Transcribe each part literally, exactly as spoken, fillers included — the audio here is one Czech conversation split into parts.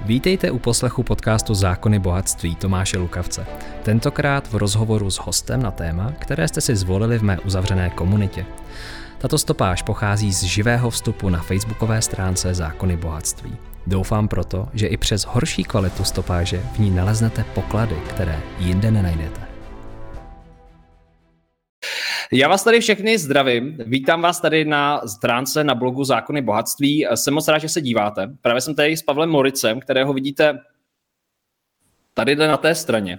Vítejte u poslechu podcastu Zákony bohatství Tomáše Lukavce. Tentokrát v rozhovoru s hostem na téma, které jste si zvolili v mé uzavřené komunitě. Tato stopáž pochází z živého vstupu na facebookové stránce Zákony bohatství. Doufám proto, že i přes horší kvalitu stopáže v ní naleznete poklady, které jinde nenajdete. Já vás tady všechny zdravím, vítám vás tady na stránce na blogu Zákony bohatství. Jsem moc rád, že se díváte. Právě jsem tady s Pavlem Moricem, kterého vidíte tady na té straně.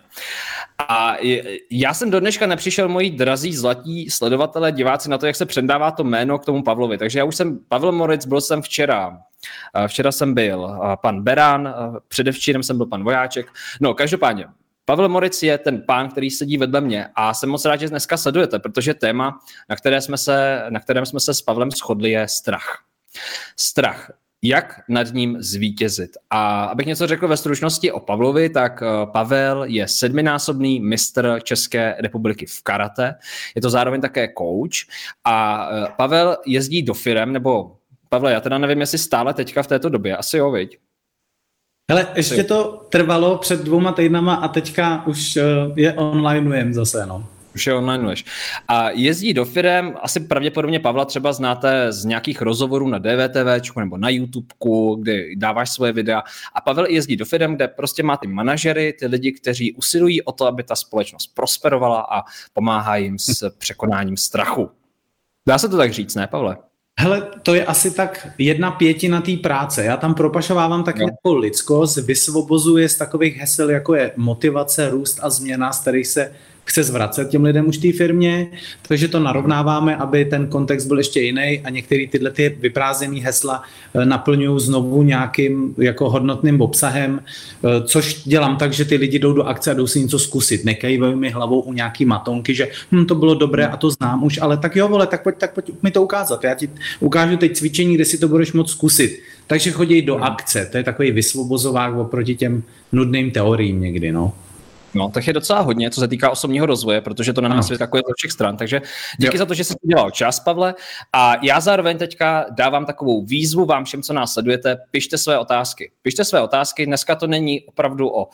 A já jsem do dneška nepřišel, moji drazí zlatí sledovatelé, diváci, na to, jak se předává to jméno k tomu Pavlovi. Takže já už jsem Pavel Moric, byl jsem včera. Včera jsem byl pan Beran, předevčírem jsem byl pan Vojáček. No, každopádně. Pavel Moric je ten pán, který sedí vedle mě a jsem moc rád, že dneska sledujete, protože téma, na, které jsme se, na kterém jsme se s Pavlem shodli, je strach. Strach. Jak nad ním zvítězit? A abych něco řekl ve stručnosti o Pavlovi, tak Pavel je sedminásobný mistr České republiky v karate. Je to zároveň také coach a Pavel jezdí do firem, nebo Pavle, já teda nevím, jestli stále teďka v této době, asi jo, viď? Hele, ještě to trvalo před dvouma týdnama a teďka už je onlineujeme zase, no. Už je onlineuješ. A jezdí do firem, asi pravděpodobně Pavla třeba znáte z nějakých rozhovorů na DVTVčku nebo na YouTubeku, kde dáváš svoje videa. A Pavel jezdí do firem, kde prostě má ty manažery, ty lidi, kteří usilují o to, aby ta společnost prosperovala a pomáhá jim s překonáním strachu. Dá se to tak říct, ne, Pavle? Hele, to je asi tak jedna pětina té práce. Já tam propašovávám taky jako lidskost, vysvobozuje z takových hesel, jako je motivace, růst a změna, z kterých se chce zvracet těm lidem už té firmě, takže to narovnáváme, aby ten kontext byl ještě jiný a některé tyhle ty vyprázdněné hesla naplňují znovu nějakým jako hodnotným obsahem, což dělám tak, že ty lidi jdou do akce a jdou si něco zkusit. Nekejvají mi hlavou u nějaký matonky, že hm, to bylo dobré a to znám už, ale tak jo, vole, tak pojď, tak pojď mi to ukázat. Já ti ukážu teď cvičení, kde si to budeš moct zkusit. Takže chodí do akce. To je takový vysvobozovák oproti těm nudným teoriím někdy, no. No, tak je docela hodně, co se týká osobního rozvoje, protože to na nás vyskakuje ze všech stran. Takže díky jo. za to, že jsi udělal čas, Pavle. A já zároveň teďka dávám takovou výzvu vám všem, co nás sledujete, pište své otázky. Pište své otázky, dneska to není opravdu o uh,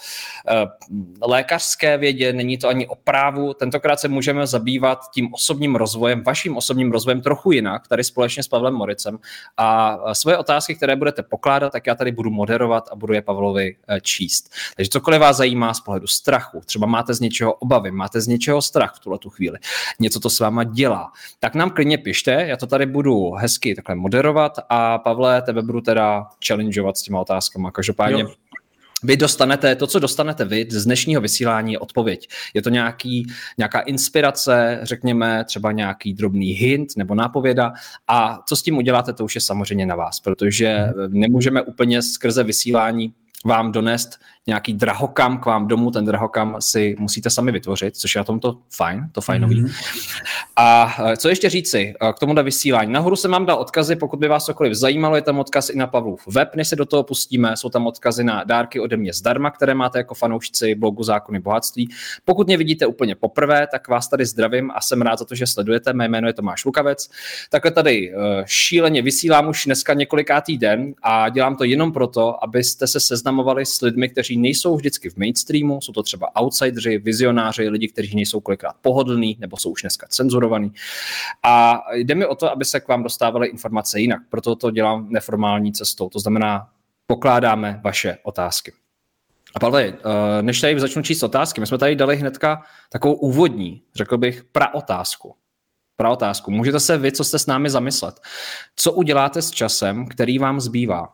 lékařské vědě, není to ani o právu. Tentokrát se můžeme zabývat tím osobním rozvojem, vaším osobním rozvojem trochu jinak, tady společně s Pavlem Moricem. A uh, svoje otázky, které budete pokládat, tak já tady budu moderovat a budu je Pavlovi uh, číst. Takže cokoliv vás zajímá z pohledu strachu, třeba máte z něčeho obavy, máte z něčeho strach v tuhletu chvíli, něco to s váma dělá, tak nám klidně pište, já to tady budu hezky takhle moderovat a Pavle, tebe budu teda challengeovat s těma otázkama. Každopádně jo. Vy dostanete, to, co dostanete vy z dnešního vysílání, je odpověď. Je to nějaký, nějaká inspirace, řekněme, třeba nějaký drobný hint nebo nápověda a co s tím uděláte, to už je samozřejmě na vás, protože nemůžeme úplně skrze vysílání vám donést nějaký drahokam k vám domů, ten drahokam si musíte sami vytvořit, což je na tomto fajn, to fajnový. Mm-hmm. A co ještě říci k tomuhle vysílání? Nahoru jsem vám dal odkazy, pokud by vás cokoliv zajímalo, je tam odkaz i na Pavlův web, než se do toho pustíme, jsou tam odkazy na dárky ode mě zdarma, které máte jako fanoušci blogu Zákony bohatství. Pokud mě vidíte úplně poprvé, tak vás tady zdravím a jsem rád za to, že sledujete. Mé jméno je Tomáš Lukavec. Takhle tady šíleně vysílám už dneska několikátý den a dělám to jenom proto, abyste se seznamovali s lidmi, kteří nejsou vždycky v mainstreamu, jsou to třeba outsideri, vizionáři, lidi, kteří nejsou kolikrát pohodlní nebo jsou už dneska cenzurovaní. A jde mi o to, aby se k vám dostávaly informace jinak, proto to dělám neformální cestou, to znamená, pokládáme vaše otázky. A Pavle, než tady začnu číst otázky, my jsme tady dali hnedka takovou úvodní, řekl bych, praotázku. Praotázku. Můžete se vy, co jste s námi zamyslet. Co uděláte s časem, který vám zbývá?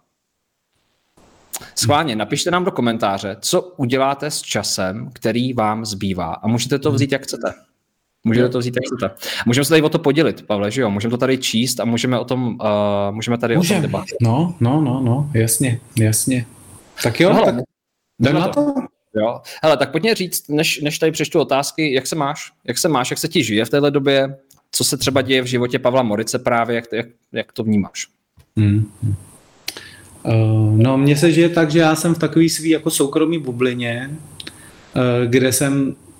Schválně, napište nám do komentáře, co uděláte s časem, který vám zbývá. A můžete to vzít, jak chcete. Můžete to vzít, jak chcete. Můžeme se tady o to podělit, Pavle, že jo? Můžeme to tady číst a můžeme o tom, uh, můžeme tady Můžem. o tom debatovat. No, no, no, no, jasně, jasně. Tak jo, no, tak jdem na to. Jo. Hele, tak pojďme říct, než, než tady přečtu otázky, jak se máš? Jak se máš, jak se ti žije v téhle době? Co se třeba děje v životě Pavla Morice právě, jak, jak, jak to vnímáš? Hmm. Uh, no, mně se žije tak, že já jsem v takový svý jako soukromý bublině, uh, kde jsem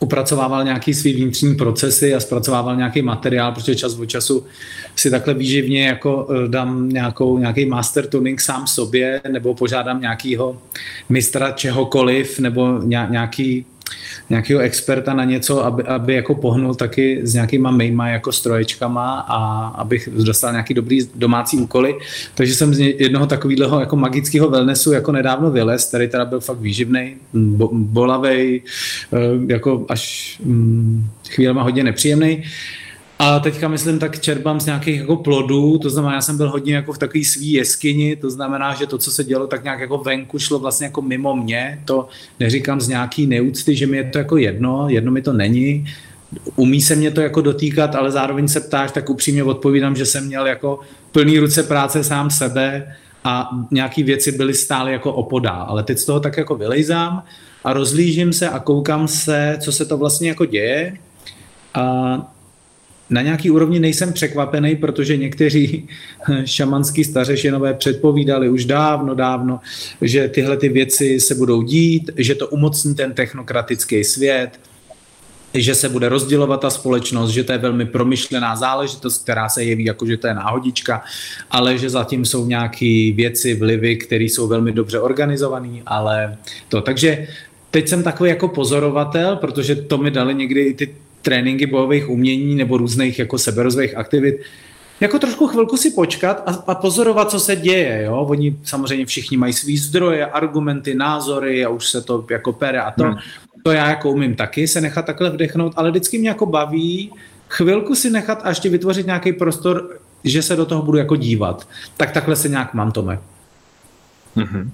upracovával nějaký svý vnitřní procesy a zpracovával nějaký materiál, protože čas od času si takhle výživně jako dám nějakou, nějaký master tuning sám sobě, nebo požádám nějakýho mistra čehokoliv, nebo nějaký nějakého experta na něco, aby, aby jako pohnul taky s nějakýma mýma jako stroječkama a abych dostal nějaký dobrý domácí úkoly. Takže jsem z jednoho takového jako magického wellnessu jako nedávno vylez, který teda byl fakt výživnej, bo, bolavej, jako až hm, chvílema hodně nepříjemnej. A teďka myslím, tak čerpám z nějakých jako plodů, to znamená, já jsem byl hodně jako v takové svý jeskyni, to znamená, že to, co se dělo, tak nějak jako venku šlo vlastně jako mimo mě, to neříkám z nějaký neúcty, že mi je to jako jedno, jedno mi to není, umí se mě to jako dotýkat, ale zároveň se ptáš, tak upřímně odpovídám, že jsem měl jako plný ruce práce sám sebe a nějaký věci byly stále jako opodál, ale teď z toho tak jako vylejzám a rozlížím se a koukám se, co se to vlastně jako děje a na nějaký úrovni nejsem překvapený, protože někteří šamanský stařešinové předpovídali už dávno, dávno, že tyhle ty věci se budou dít, že to umocní ten technokratický svět, že se bude rozdělovat ta společnost, že to je velmi promyšlená záležitost, která se jeví jako, že to je náhodička, ale že zatím jsou nějaké věci, vlivy, které jsou velmi dobře organizované, ale to. Takže teď jsem takový jako pozorovatel, protože to mi dali někdy i ty tréninky bojových umění nebo různých jako seberozvojových aktivit, jako trošku chvilku si počkat a, a pozorovat, co se děje. Jo? Oni samozřejmě všichni mají svý zdroje, argumenty, názory a už se to jako pere a to. Hmm. To já jako umím taky se nechat takhle vdechnout, ale vždycky mě jako baví chvilku si nechat a ještě vytvořit nějaký prostor, že se do toho budu jako dívat. Tak takhle se nějak mám, Tome. Hmm.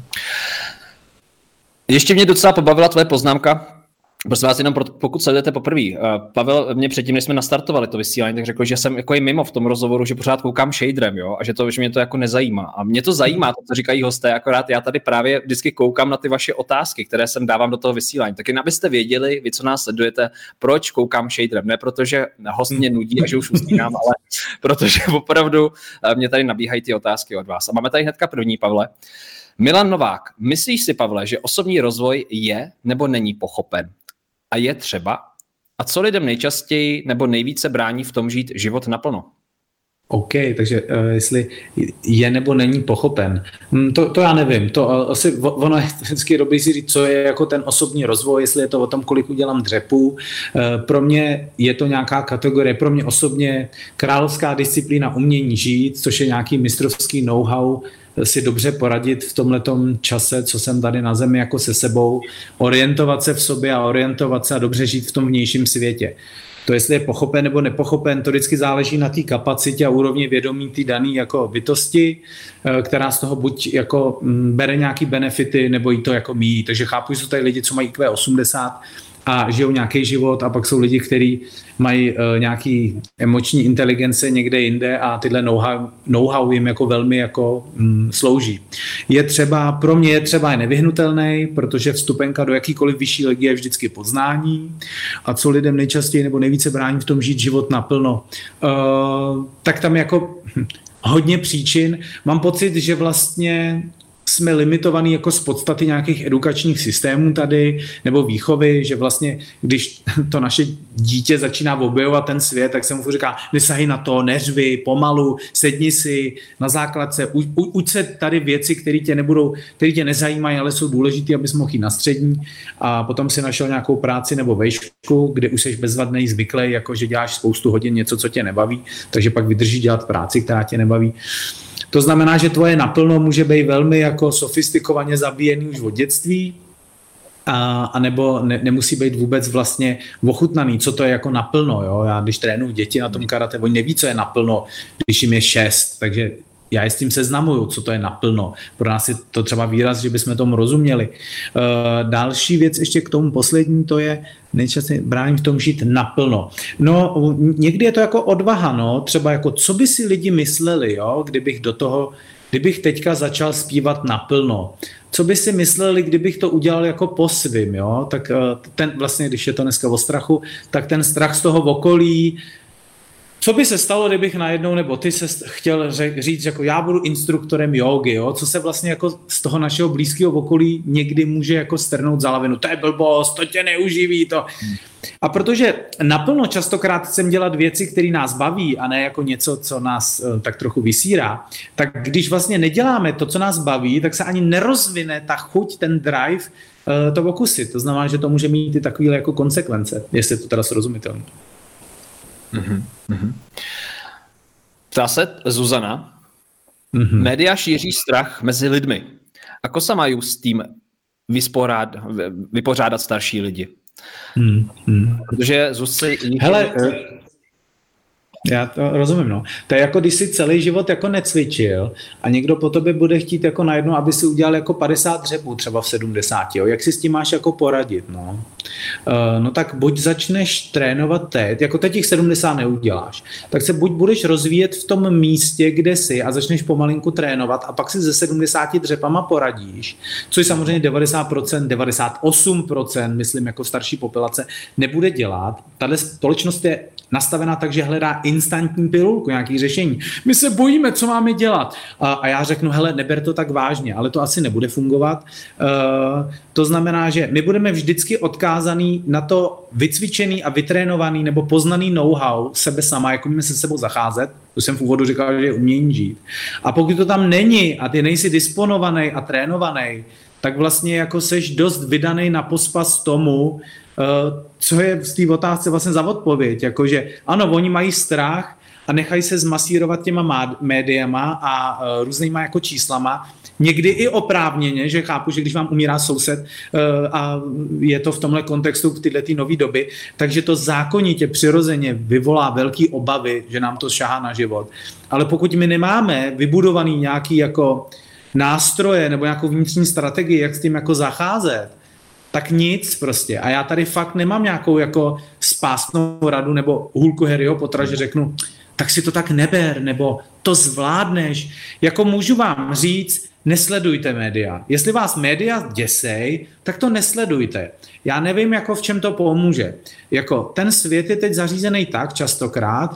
Ještě mě docela pobavila tvoje poznámka. Prosím vás, jenom pokud sledujete poprvé. Pavel mě předtím, než jsme nastartovali to vysílání, tak řekl, že jsem jako i mimo v tom rozhovoru, že pořád koukám shaderem, jo, a že, to, že mě to jako nezajímá. A mě to zajímá, to, co říkají hosté, akorát já tady právě vždycky koukám na ty vaše otázky, které sem dávám do toho vysílání. Tak jen abyste věděli, vy, co nás sledujete, proč koukám shaderem. Ne protože host mě nudí a že už usínám, ale protože opravdu mě tady nabíhají ty otázky od vás. A máme tady hnedka první, Pavle. Milan Novák, myslíš si, Pavle, že osobní rozvoj je nebo není pochopen? A je třeba? A co lidem nejčastěji nebo nejvíce brání v tom žít život naplno? OK, takže uh, jestli je nebo není pochopen, hm, to, to já nevím. To uh, asi ono je vždycky dobrý si říct, co je jako ten osobní rozvoj, jestli je to o tom, kolik udělám dřepů. Uh, pro mě je to nějaká kategorie, pro mě osobně královská disciplína umění žít, což je nějaký mistrovský know-how, si dobře poradit v tomhletom čase, co jsem tady na zemi jako se sebou, orientovat se v sobě a orientovat se a dobře žít v tom vnějším světě. To, jestli je pochopen nebo nepochopen, to vždycky záleží na té kapacitě a úrovni vědomí té dané jako bytosti, která z toho buď jako bere nějaký benefity, nebo jí to jako míjí. Takže chápu, že jsou tady lidi, co mají í kvé osmdesát a žijou nějaký život, a pak jsou lidi, kteří mají uh, nějaký emoční inteligence někde jinde a tyhle know-how, know-how jim jako velmi jako mm, slouží. Je třeba, pro mě je třeba nevyhnutelný, protože vstupenka do jakýkoliv vyšší ligy je vždycky poznání. A co lidem nejčastěji nebo nejvíce brání v tom žít život naplno, uh, tak tam jako hm, hodně příčin. Mám pocit, že vlastně jsme limitovaní jako z podstaty nějakých edukačních systémů tady, nebo výchovy, že vlastně, když to naše dítě začíná objevovat ten svět, tak se mu říká, nesahej na to, neřvi, pomalu, sedni si na základce, u, u, uč se tady věci, které tě nebudou, které tě nezajímají, ale jsou důležité, abys mohl jít na střední, a potom si našel nějakou práci nebo vejšku, kde už jsi bezvadnej, zvyklý, jako že děláš spoustu hodin něco, co tě nebaví, takže pak vydrží dělat práci, která tě nebaví. To znamená, že tvoje naplno může být velmi jako sofistikovaně zabíjený už od dětství, a, a nebo ne, nemusí být vůbec vlastně ochutnaný, co to je jako naplno. Jo? Já když trénuju děti na tom karate, oni neví, co je naplno, když jim je šest, takže já je s tím seznamuju, co to je naplno. Pro nás je to třeba výraz, že bychom tomu rozuměli. Uh, další věc ještě k tomu poslední, to je nejčastěji brání v tom žít naplno. No, někdy je to jako odvaha, no, třeba jako, co by si lidi mysleli, jo, kdybych do toho, kdybych teďka začal zpívat naplno. Co by si mysleli, kdybych to udělal jako po svým, jo, tak ten vlastně, když je to dneska o strachu, tak ten strach z toho okolí, Co by se stalo, kdybych najednou, nebo ty se chtěl říct, jako já budu instruktorem jógy, jo? Co se vlastně jako z toho našeho blízkého okolí někdy může jako strhnout za lavinu. To je blbost, to tě neuživí, to. A protože naplno častokrát chcem dělat věci, které nás baví a ne jako něco, co nás tak trochu vysírá, tak když vlastně neděláme to, co nás baví, tak se ani nerozvine ta chuť, ten drive to okusit. To znamená, že to může mít i takové jako konsekvence, jestli to teda srozumitelné. Mm-hmm. Mm-hmm. Ptá se Zuzana. Mm-hmm. Média šíří strach mezi lidmi. Ako sa majú s tím vysporád, vypořádat starší lidi? Mm-hmm. Protože Zuzce... Hele, já to rozumím, no. To je jako, když si celý život jako necvičil a někdo po tobě bude chtít jako najednou, aby si udělal jako padesát dřepů třeba v sedmdesáti, jo. Jak si s tím máš jako poradit, no? Uh, no tak buď začneš trénovat teď, jako teď těch sedmdesát neuděláš, tak se buď budeš rozvíjet v tom místě, kde jsi a začneš pomalinku trénovat a pak si ze sedmdesáti dřepama poradíš, což samozřejmě devadesát procent, devadesát osm procent, myslím jako starší populace, nebude dělat. Tahle společnost je nastavená tak, že hledá instantní pilulku, nějaký řešení. My se bojíme, co máme dělat. A, a já řeknu, hele, neber to tak vážně, ale to asi nebude fungovat. Uh, to znamená, že my budeme vždycky odkázaný na to vycvičený a vytrénovaný nebo poznaný know-how sebe sama, jako můžeme se sebou zacházet. To jsem v úvodu říkal, že je umění žít. A pokud to tam není a ty nejsi disponovaný a trénovaný, tak vlastně jako seš dost vydaný na pospas tomu, co je v té otázce vlastně za odpověď. Jakože ano, oni mají strach a nechají se zmasírovat těma médiama a různýma jako číslama. Někdy i oprávněně, že chápu, že když vám umírá soused a je to v tomhle kontextu v této nové doby, takže to zákonitě, přirozeně vyvolá velký obavy, že nám to šahá na život. Ale pokud my nemáme vybudovaný nějaký jako nástroje nebo nějakou vnitřní strategii, jak s tím jako zacházet, tak nic prostě. A já tady fakt nemám nějakou jako spásnou radu nebo hůlku Harryho Pottera, že řeknu, tak si to tak neber, nebo to zvládneš. Jako můžu vám říct, nesledujte média. Jestli vás média děsej, tak to nesledujte. Já nevím, jako v čem to pomůže. Jako ten svět je teď zařízený tak častokrát,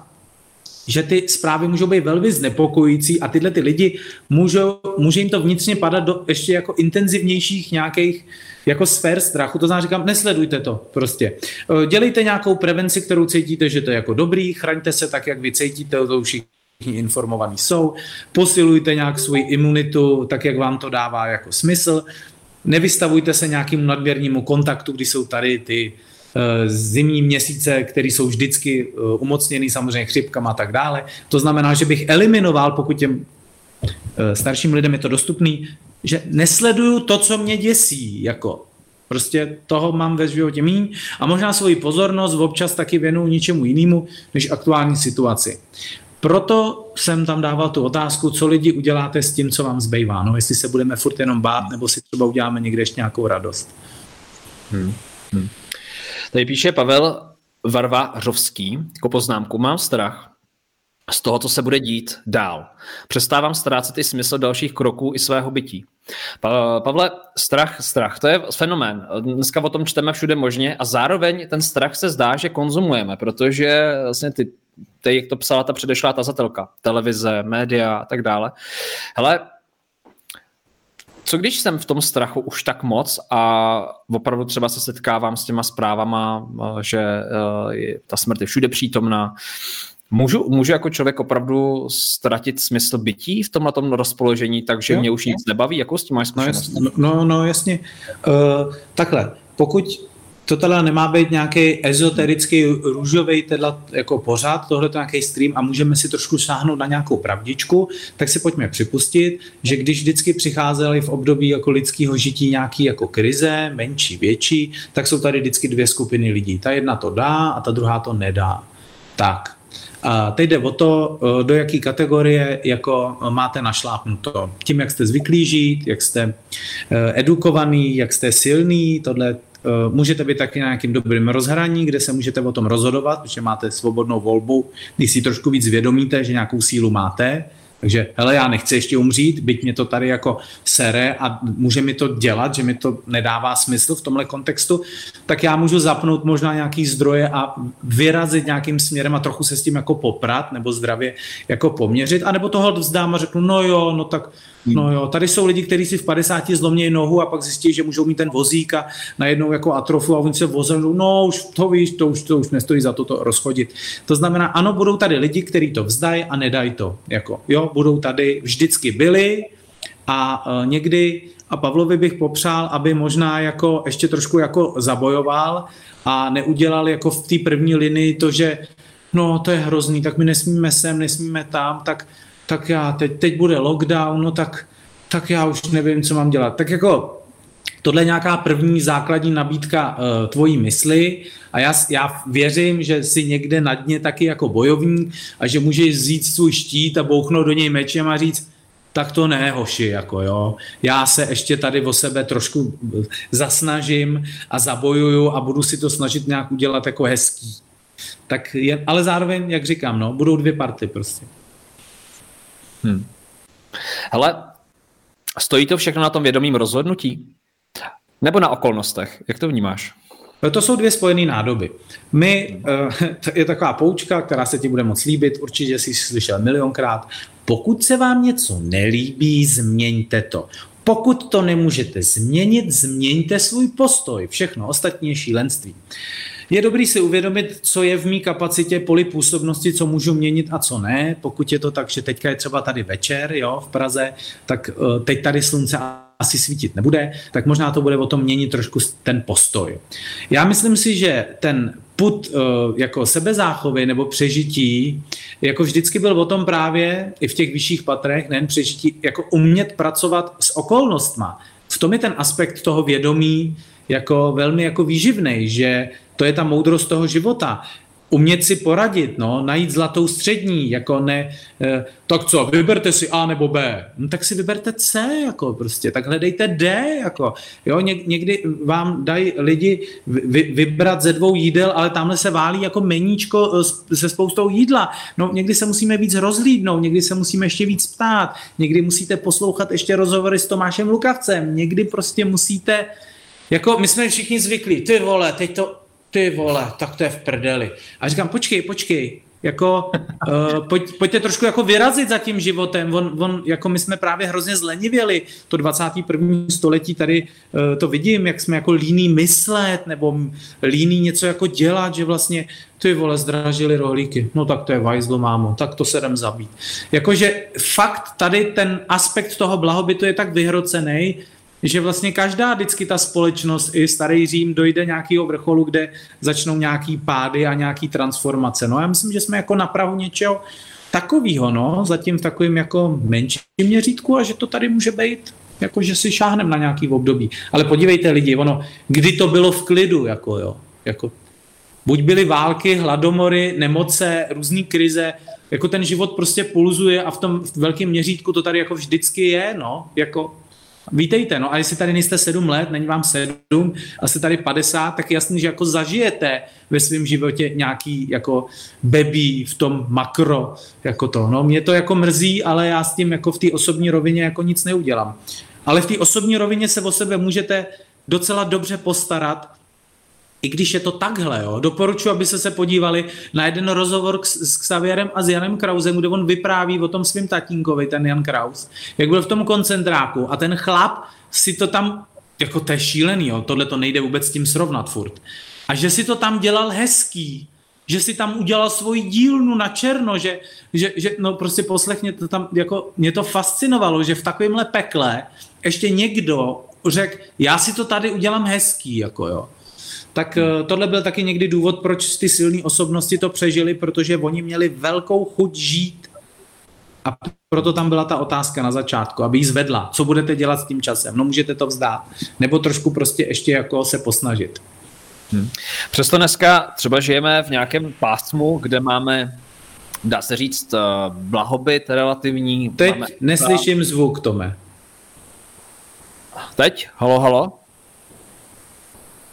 že ty zprávy můžou být velmi znepokojící a tyhle ty lidi můžou, může jim to vnitřně padat do ještě jako intenzivnějších nějakých jako sfér strachu. To znamená, říkám, nesledujte to prostě. Dělejte nějakou prevenci, kterou cítíte, že to je jako dobrý, chraňte se tak, jak vy cítíte, to už všichni informovaní jsou, posilujte nějak svoji imunitu, tak, jak vám to dává jako smysl, nevystavujte se nějakému nadměrnému kontaktu, když jsou tady ty zimní měsíce, které jsou vždycky umocněný samozřejmě chřipkama a tak dále. To znamená, že bych eliminoval, pokud těm starším lidem je to dostupný, že nesleduju to, co mě děsí. Jako prostě toho mám ve životě míň a možná svoji pozornost občas taky věnuju ničemu jinému, než aktuální situaci. Proto jsem tam dával tu otázku, co lidi uděláte s tím, co vám zbývá. No, jestli se budeme furt jenom bát, nebo si třeba uděláme někde ještě nějakou radost. Hmm. Hmm. Tady píše Pavel Varvařovský, jako poznámku, mám strach z toho, co se bude dít dál. Přestávám ztrácet i smysl dalších kroků i svého bytí. Pa- Pavle, strach, strach, to je fenomén. Dneska o tom čteme všude možně a zároveň ten strach se zdá, že konzumujeme, protože vlastně ty, ty jak to psala ta předešlá tazatelka, televize, média a tak dále. Hele, co když jsem v tom strachu už tak moc a opravdu třeba se setkávám s těma zprávama, že ta smrt je všude přítomná, můžu, můžu jako člověk opravdu ztratit smysl bytí v tomhletom rozpoložení, takže jo, mě už nic nebaví? Jakou s tím máš zkušenost? No, no, no jasně. Uh, takhle, pokud to teda nemá být nějaký ezoterický růžový teda jako pořád, tohle to nějaký stream a můžeme si trošku sáhnout na nějakou pravdičku, tak si pojďme připustit, že když vždycky přicházely v období jako lidského žití nějaký jako krize, menší, větší, tak jsou tady vždycky dvě skupiny lidí. Ta jedna to dá a ta druhá to nedá. Tak. A teď jde o to, do jaké kategorie jako máte našlápnuto. Tím, jak jste zvyklí žít, jak jste edukovaný, jak jste silný, tohle můžete být taky na nějakým dobrým rozhraní, kde se můžete o tom rozhodovat, protože máte svobodnou volbu, když si trošku víc vědomíte, že nějakou sílu máte, Takže hele, já nechci ještě umřít, byť mě to tady jako sere a může mi to dělat, že mi to nedává smysl v tomhle kontextu, tak já můžu zapnout možná nějaký zdroje a vyrazit nějakým směrem a trochu se s tím jako poprat nebo zdravě jako poměřit, anebo toho vzdám a řeknu, no jo, no tak no jo, tady jsou lidi, kteří si v padesáti zlomějí nohu a pak zjistí, že můžou mít ten vozík a najednou jako atrofu a oni se vozou, no už to víš, to už, to už nestojí za to to rozchodit. To znamená, ano, budou tady lidi, kteří to vzdají a nedají to. Jako, jo, budou tady, vždycky byli a uh, někdy, a Pavlovi bych popřál, aby možná jako ještě trošku jako zabojoval a neudělal jako v té první linii to, že no to je hrozný, tak my nesmíme sem, nesmíme tam, tak tak já, teď, teď bude lockdown, no tak, tak já už nevím, co mám dělat. Tak jako tohle je nějaká první základní nabídka uh, tvojí mysli a já, já věřím, že si někde na dně taky jako bojovník a že můžeš vzít svůj štít a bouchnout do něj mečem a říct, tak to ne, hoši, jako jo. Já se ještě tady o sebe trošku zasnažím a zabojuju a budu si to snažit nějak udělat jako hezký. Tak je, ale zároveň, jak říkám, no, budou dvě party prostě. Hmm. Hele, stojí to všechno na tom vědomým rozhodnutí? Nebo na okolnostech? Jak to vnímáš? To jsou dvě spojené nádoby. My, to je taková poučka, která se ti bude moc líbit, určitě jsi slyšel milionkrát. Pokud se vám něco nelíbí, změňte to. Pokud to nemůžete změnit, změňte svůj postoj. Všechno ostatní je šílenství. Je dobrý si uvědomit, co je v mý kapacitě poli působnosti, co můžu měnit a co ne. Pokud je to tak, že teďka je třeba tady večer, jo, v Praze, tak uh, teď tady slunce asi svítit nebude, tak možná to bude o tom měnit trošku ten postoj. Já myslím si, že ten put uh, jako sebezáchovy nebo přežití jako vždycky byl o tom právě i v těch vyšších patrech, nejen přežití, jako umět pracovat s okolnostma. V tom je ten aspekt toho vědomí jako velmi jako výživnej, že to je ta moudrost toho života. Umět si poradit, no, najít zlatou střední, jako ne, eh, tak co, vyberte si A nebo B, no tak si vyberte C, jako prostě, tak hledejte D, jako, jo, Ně, někdy vám dají lidi vy, vybrat ze dvou jídel, ale tamhle se válí jako meníčko se spoustou jídla, no někdy se musíme víc rozhlídnout, někdy se musíme ještě víc ptát, někdy musíte poslouchat ještě rozhovory s Tomášem Lukavcem, někdy prostě musíte, jako my jsme všichni zvyklí, ty vole, teď to ty vole, tak to je v prdeli. A říkám, počkej, počkej, jako uh, pojď, pojďte trošku jako vyrazit za tím životem, on, on, jako my jsme právě hrozně zlenivěli, to dvacátého prvního století tady uh, to vidím, jak jsme jako líní myslet, nebo líní něco jako dělat, že vlastně ty vole, zdražili rohlíky, no tak to je vajzlo, mámo, tak to se jdem zabít. Jakože fakt tady ten aspekt toho blahobytu je tak vyhrocený, že vlastně každá vždycky ta společnost i starý Řím dojde nějakého vrcholu, kde začnou nějaký pády a nějaký transformace. No já myslím, že jsme jako na prahu něčeho takového, no, zatím v takovém jako menším měřítku a že to tady může být, jako že si šáhneme na nějaký období. Ale podívejte lidi, ono, kdy to bylo v klidu, jako jo, jako buď byly války, hladomory, nemoce, různý krize, jako ten život prostě pulzuje a v tom velkém měřítku to tady jako vždycky je, no, jako vítejte, no a jestli tady nejste sedm let, není vám sedm, a jste tady padesát, tak jasný, že jako zažijete ve svém životě nějaký jako bebí v tom makro, jako to, no mě to jako mrzí, ale já s tím jako v té osobní rovině jako nic neudělám. Ale v té osobní rovině se o sebe můžete docela dobře postarat, i když je to takhle, jo. Doporučuji, aby se se podívali na jeden rozhovor s Xavierem a s Janem Krausem, kde on vypráví o tom svým tatínkovi, ten Jan Kraus, jak byl v tom koncentráku a ten chlap si to tam, jako to je šílený, jo, tohle to nejde vůbec s tím srovnat furt. A že si to tam dělal hezký, že si tam udělal svoji dílnu na černo, že, že, že no prostě poslechněte tam, jako mě to fascinovalo, že v takovémhle pekle ještě někdo řekl, já si to tady udělám hezký, jako jo. Tak tohle byl taky někdy důvod, proč ty silné osobnosti to přežili, protože oni měli velkou chuť žít. A proto tam byla ta otázka na začátku, aby ji zvedla. Co budete dělat s tím časem? No můžete to vzdát. Nebo trošku prostě ještě jako se posnažit. Hmm. Přesto dneska třeba žijeme v nějakém pásmu, kde máme, dá se říct, blahobyt relativní. Teď máme... neslyším zvuk, Tome. Teď? Halo, halo?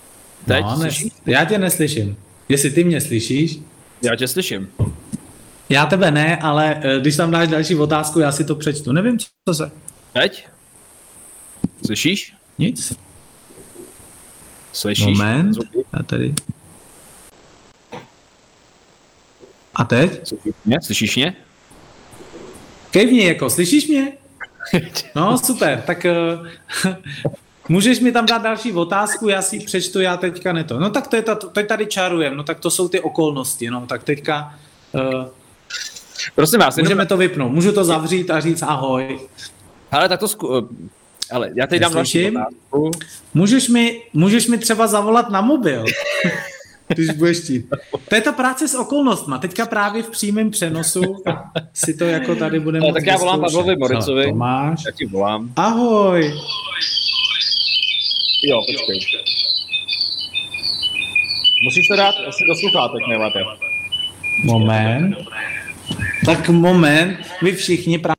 Teď no, ne, já tě neslyším. Jestli ty mě slyšíš? Já tě slyším. Já tebe ne, ale když tam dáš další otázku, já si to přečtu. Nevím, co se. Teď? Slyšíš? Nic. Slyšíš? Moment, a tady. A teď? Slyšíš mě? Slyšíš mě? Kejvni, jako, slyšíš mě? No, super, tak uh, můžeš mi tam dát další otázku, já si ji přečtu, já teďka ne to. No tak to je ta, teď tady čarujem, no tak to jsou ty okolnosti, no tak teďka uh, prosím vás, můžeme jenom... to vypnout, můžu to zavřít a říct ahoj. Ale tak to zku... Ale já teď dám další otázku. Můžeš mi, můžeš mi třeba zavolat na mobil, když budeš chtít. To je ta práce s okolnostma. Teďka právě v přímém přenosu si to jako tady budeme no, tak já volám Pavlovi Moricovi. Tomáš. Já ti volám. Ahoj. Jo, počkej. Musíš to dát asi do sluchátek, nemáte. Moment. Tak moment. Vy všichni právě.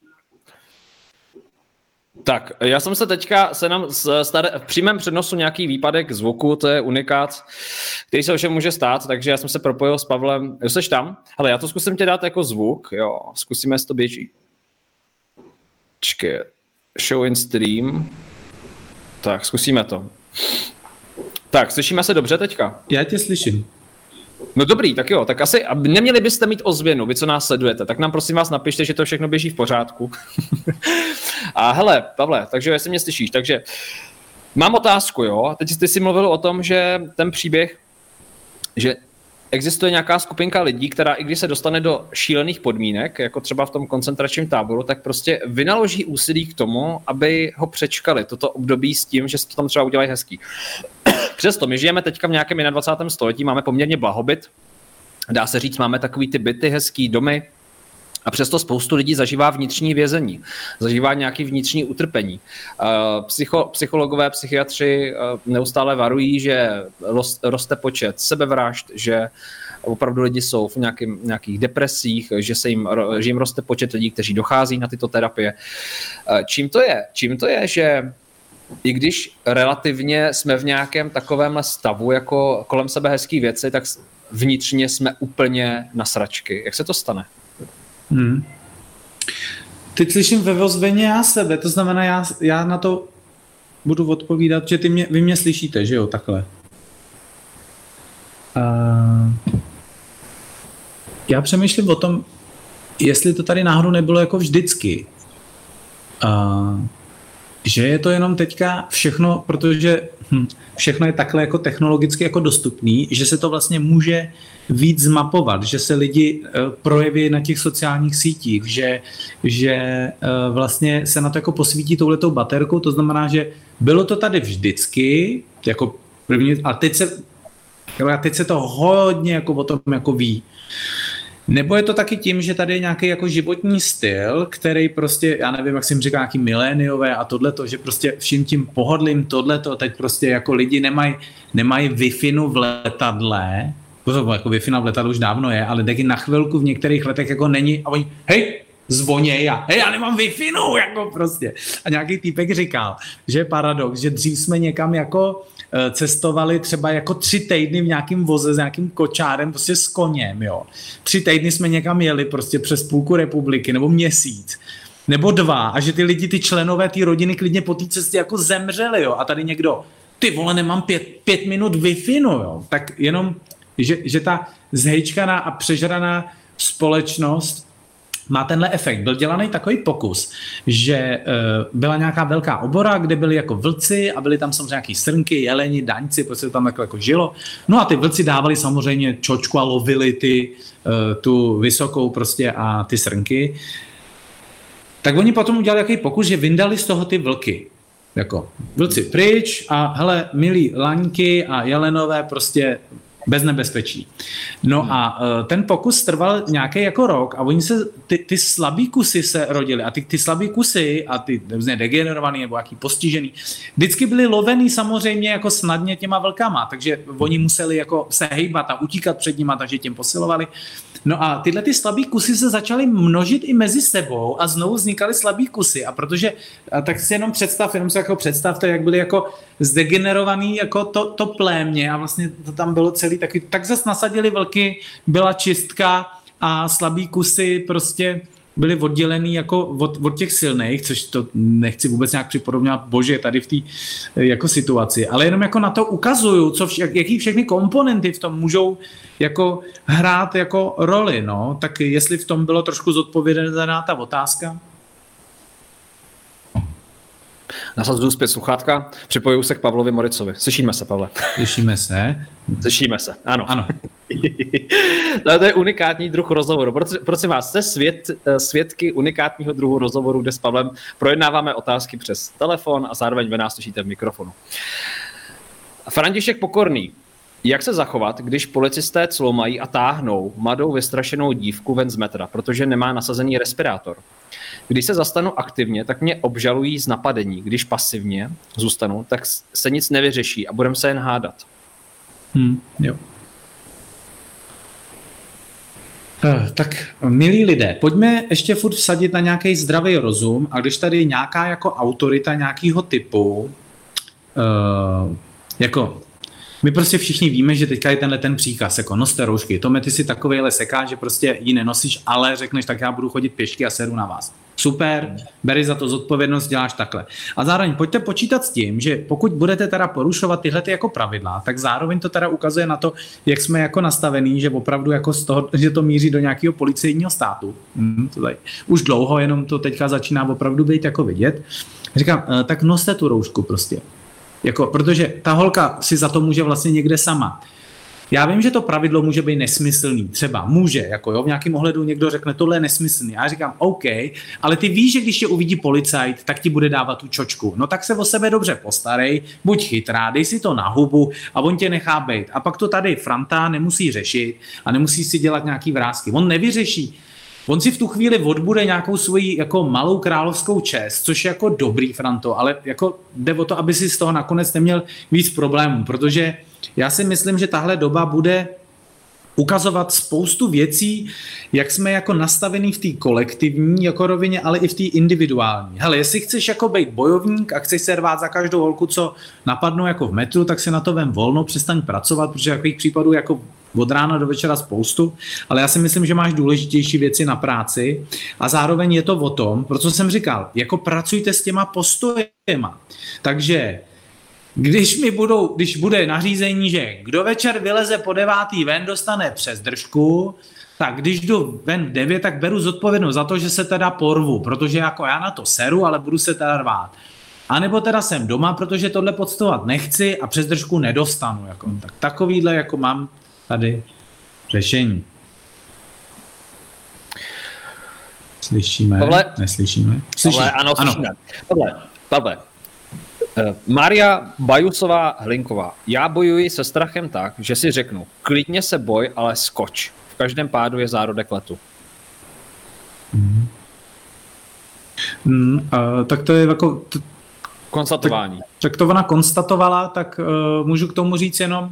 Tak, já jsem se teďka, se nám staré, v přímém přenosu nějaký výpadek zvuku, to je unikát, který se ovšem může stát, takže já jsem se propojil s Pavlem. Jo, seš tam? Hele, já to zkusím tě dát jako zvuk, jo, zkusíme, jestli to běží. Čekaj, show in stream. Tak, zkusíme to. Tak, slyšíme se dobře teďka? Já tě slyším. No dobrý, tak jo, tak asi neměli byste mít ozvěnu, vy co nás sledujete, tak nám prosím vás napište, že to všechno běží v pořádku. A hele, Pavle, takže jestli mě slyšíš, takže mám otázku, jo, teď ty jsi mluvil o tom, že ten příběh, že existuje nějaká skupinka lidí, která i když se dostane do šílených podmínek, jako třeba v tom koncentračním táboru, tak prostě vynaloží úsilí k tomu, aby ho přečkali, toto období s tím, že si to tam třeba udělají hezký. Přesto my žijeme teďka v nějakém dvacátém prvním století, máme poměrně blahobyt, dá se říct, máme takový ty byty, hezký domy a přesto spoustu lidí zažívá vnitřní vězení, zažívá nějaké vnitřní utrpení. Psycho, psychologové, psychiatři neustále varují, že roste počet sebevražd, že opravdu lidi jsou v nějakým, nějakých depresích, že, se jim, že jim roste počet lidí, kteří dochází na tyto terapie. Čím to je? Čím to je, že i když relativně jsme v nějakém takovémhle stavu, jako kolem sebe hezký věci, tak vnitřně jsme úplně na sračky. Jak se to stane? Hmm. Teď slyším ve ozvěně já sebe, to znamená, já, já na to budu odpovídat, že ty mě, vy mě slyšíte, že jo, takhle. Uh, já přemýšlím o tom, jestli to tady náhodou nebylo jako vždycky. Uh, že je to jenom teďka všechno, protože hm, všechno je takhle jako technologicky jako dostupný, že se to vlastně může víc zmapovat, že se lidi uh, projeví na těch sociálních sítích, že, že uh, vlastně se na to jako posvítí touhletou baterkou, to znamená, že bylo to tady vždycky, jako první, a teď se, teď se to hodně jako o tom jako ví. Nebo je to taky tím, že tady je nějaký jako životní styl, který prostě, já nevím, jak jsem říkal, nějaký miléniové a tohleto, že prostě vším tím pohodlím tohleto, teď prostě jako lidi nemají nemají Wi-Fi v letadle, jako Wi-Fi v letadle už dávno je, ale taky na chvilku v některých letech jako není a oni, hej, zvoněj a hej, já nemám Wi-Fi, no, jako prostě. A nějaký týpek říkal, že je paradox, že dřív jsme někam jako cestovali třeba jako tři týdny v nějakém voze s nějakým kočárem, prostě s koněm, jo. Tři týdny jsme někam jeli prostě přes půlku republiky, nebo měsíc, nebo dva, a že ty lidi, ty členové té rodiny klidně po té cestě jako zemřeli, jo. A tady někdo, ty vole, nemám pět, pět minut Wi-Fi, no, jo. Tak jenom, že, že ta zhejčkaná a přežraná společnost má tenhle efekt. Byl dělaný takový pokus, že uh, byla nějaká velká obora, kde byli jako vlci a byly tam samozřejmě nějaký srnky, jeleni, daňci, prostě tam takhle jako žilo. No a ty vlci dávali samozřejmě čočku a lovili ty, uh, tu vysokou prostě a ty srnky. Tak oni potom udělali jaký pokus, že vyndali z toho ty vlky. Jako vlci pryč a hele, milí laňky a jelenové prostě bez nebezpečí. No hmm. a uh, ten pokus trval nějaký jako rok a oni se, ty, ty slabý kusy se rodily a ty, ty slabý kusy a ty různě degenerovaný nebo jaký postižený, vždycky byly lovený samozřejmě jako snadně těma vlkama, takže oni museli jako se hejbat a utíkat před nima, takže těm posilovali. No a tyhle ty slabý kusy se začaly množit i mezi sebou a znovu vznikaly slabý kusy a protože, a tak si jenom představ, jenom si jako představte, jak byly jako zdegenerovaný jako to, to plémě a vlastně to tam bylo celý taky, tak zase nasadili vlky, byla čistka, a slabý kusy prostě byly oddělený jako od, od těch silných, což to nechci vůbec nějak připodobňovat, bože, tady v té jako situaci, ale jenom jako na to ukazuju, co vš, jaký všechny komponenty v tom můžou jako hrát jako roli, no, tak jestli v tom bylo trošku zodpovězená ta otázka. Nasazuju zpět sluchátka, připojuju se k Pavlovi Moricovi. Slyšíme se, Pavle. Slyšíme se. Slyšíme se, ano. Ano. To je unikátní druh rozhovoru. Prosím vás, jste svět, svědky unikátního druhu rozhovoru, kde s Pavlem projednáváme otázky přes telefon a zároveň vy nás slyšíte v mikrofonu. František Pokorný. Jak se zachovat, když policisté clomají a táhnou mladou vystrašenou dívku ven z metra, protože nemá nasazený respirátor? Když se zastanu aktivně, tak mě obžalují z napadení. Když pasivně zůstanu, tak se nic nevyřeší a budeme se jen hádat. Hmm, jo. Uh, tak, milí lidé, pojďme ještě furt vsadit na nějaký zdravý rozum a když tady nějaká jako autorita nějakého typu, uh, jako my prostě všichni víme, že teďka je tenhle ten příkaz, jako noste roušky. Tome, ty si takovejhle seká, že prostě ji nenosíš, ale řekneš, tak já budu chodit pěšky a sedu na vás. Super, beri za to zodpovědnost, děláš takhle. A zároveň pojďte počítat s tím, že pokud budete teda porušovat tyhle ty jako pravidla, tak zároveň to teda ukazuje na to, jak jsme jako nastavení, že opravdu jako z toho, že to míří do nějakého policejního státu. Hmm, to tady. Už dlouho, jenom to teďka začíná opravdu být jako vidět. Říkám, tak noste tu roušku prostě. Jako, protože ta holka si za to může vlastně někde sama. Já vím, že to pravidlo může být nesmyslný, třeba může, jako jo, v nějakém ohledu někdo řekne, tohle je nesmyslný. Já říkám, OK, ale ty víš, že když tě uvidí policajt, tak ti bude dávat tu čočku. No tak se o sebe dobře postarej, buď chytrá, dej si to na hubu a on tě nechá bejt. A pak to tady Franta nemusí řešit a nemusí si dělat nějaký vrásky. On nevyřeší. On si v tu chvíli odbude nějakou svoji jako malou královskou čest, což je jako dobrý, Franto, ale jako jde o to, aby si z toho nakonec neměl víc problémů, protože já si myslím, že tahle doba bude ukazovat spoustu věcí, jak jsme jako nastavení v té kolektivní jako rovině, ale i v té individuální. Hele, jestli chceš jako být bojovník a chceš se rvát za každou holku, co napadnou jako v metru, tak si na to vem volno, přestaň pracovat, protože takových případů jako od rána do večera spoustu, ale já si myslím, že máš důležitější věci na práci a zároveň je to o tom, pro co jsem říkal, jako pracujte s těma postojema. Takže když mi budou, když bude nařízení, že kdo večer vyleze po devátý ven, dostane přes držku, tak když jdu ven v devět, tak beru zodpovědnost za to, že se teda porvu, protože jako já na to seru, ale budu se teda rvát. A nebo teda jsem doma, protože tohle podstovat nechci a přes držku nedostanu. Jako. Tak takovýhle jako mám tady řešení. Slyšíme? Pavle, Neslyšíme? Slyšíme? Pavle, ano, slyšíme. Ano. Pavle, Pavle. Uh, Mária Bajusová Hlinková. Já bojuji se strachem tak, že si řeknu, klidně se boj, ale skoč. V každém pádu je zárodek letu. Mm. Mm, uh, tak to je jako... T- Konstatování. Tak, tak to ona konstatovala, tak uh, můžu k tomu říct jenom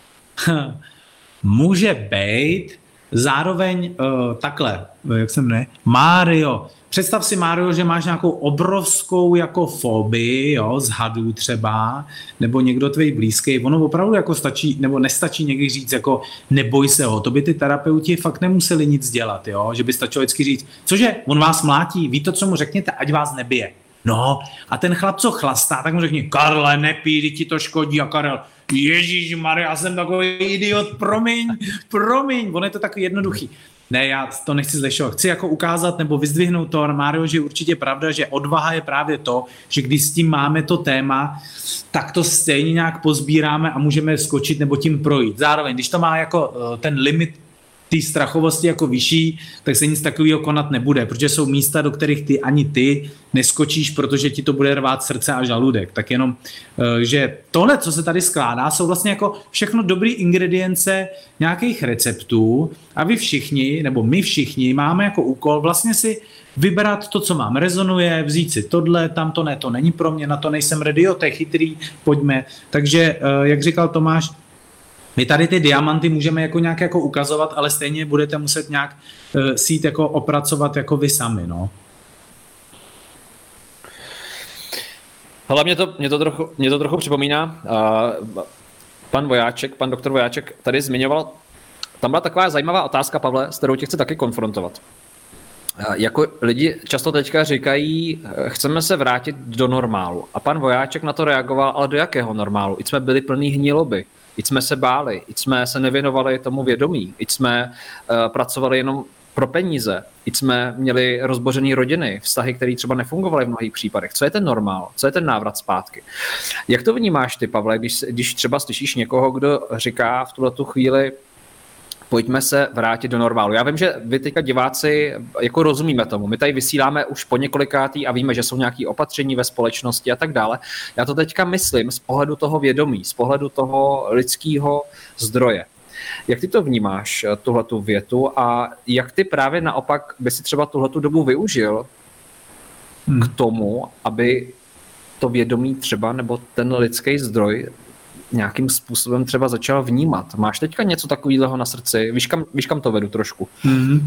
může být zároveň uh, takhle, jak jsem ne, Mário. Představ si, Mário, že máš nějakou obrovskou jako fobii, jo, z hadů třeba, nebo někdo tvej blízký, ono opravdu jako stačí, nebo nestačí někdy říct jako neboj se ho, to by ty terapeuti fakt nemuseli nic dělat, jo, že by stačilo vždycky říct, cože, on vás mlátí, ví to, co mu řekněte, ať vás nebije. No, a ten chlap, co chlastá, tak mu řekni, Karle, nepij, ti to škodí, a Karel, Ježíšmarja, já jsem takový idiot, promiň, promiň, on je to takový jednoduchý. Ne, já to nechci zlešovat. Chci jako ukázat nebo vyzdvihnout to, Mário, že je určitě pravda, že odvaha je právě to, že když s tím máme to téma, tak to stejně nějak pozbíráme a můžeme skočit nebo tím projít. Zároveň, když to má jako ten limit té strachovosti jako vyšší, tak se nic takového konat nebude, protože jsou místa, do kterých ty ani ty neskočíš, protože ti to bude rvát srdce a žaludek. Tak jenom, že tohle, co se tady skládá, jsou vlastně jako všechno dobrý ingredience nějakých receptů a vy všichni, nebo my všichni máme jako úkol vlastně si vybrat to, co vám rezonuje, vzít si tohle, tamto ne, to není pro mě, na to nejsem ready, jo, to je chytrý, pojďme. Takže, jak říkal Tomáš, my tady ty diamanty můžeme jako nějak jako ukazovat, ale stejně budete muset nějak uh, sít jako opracovat jako vy sami, no. Hele, mě to, mě to, trochu, mě to trochu připomíná. Uh, pan Vojáček, pan doktor Vojáček tady zmiňoval Tam byla taková zajímavá otázka, Pavle, s kterou tě chci taky konfrontovat. Jako lidi často teďka říkají, chceme se vrátit do normálu. A pan Vojáček na to reagoval, ale do jakého normálu? I jsme byli plný hniloby, i jsme se báli, i jsme se nevěnovali tomu vědomí, i jsme uh, pracovali jenom pro peníze, i jsme měli rozbořený rodiny, vztahy, které třeba nefungovaly v mnohých případech. Co je ten normál? Co je ten návrat zpátky? Jak to vnímáš ty, Pavle, když, když třeba slyšíš někoho, kdo říká v tuhletu chvíli, pojďme se vrátit do normálu. Já vím, že vy teďka diváci jako rozumíme tomu. My tady vysíláme už po několikátý a víme, že jsou nějaké opatření ve společnosti a tak dále. Já to teďka myslím z pohledu toho vědomí, z pohledu toho lidského zdroje. Jak ty to vnímáš, tuhletu větu, a jak ty právě naopak by si třeba tuhletu dobu využil hmm. k tomu, aby to vědomí třeba nebo ten lidský zdroj nějakým způsobem třeba začal vnímat. Máš teďka něco takového na srdci? Víš kam, víš, kam to vedu trošku? Hmm.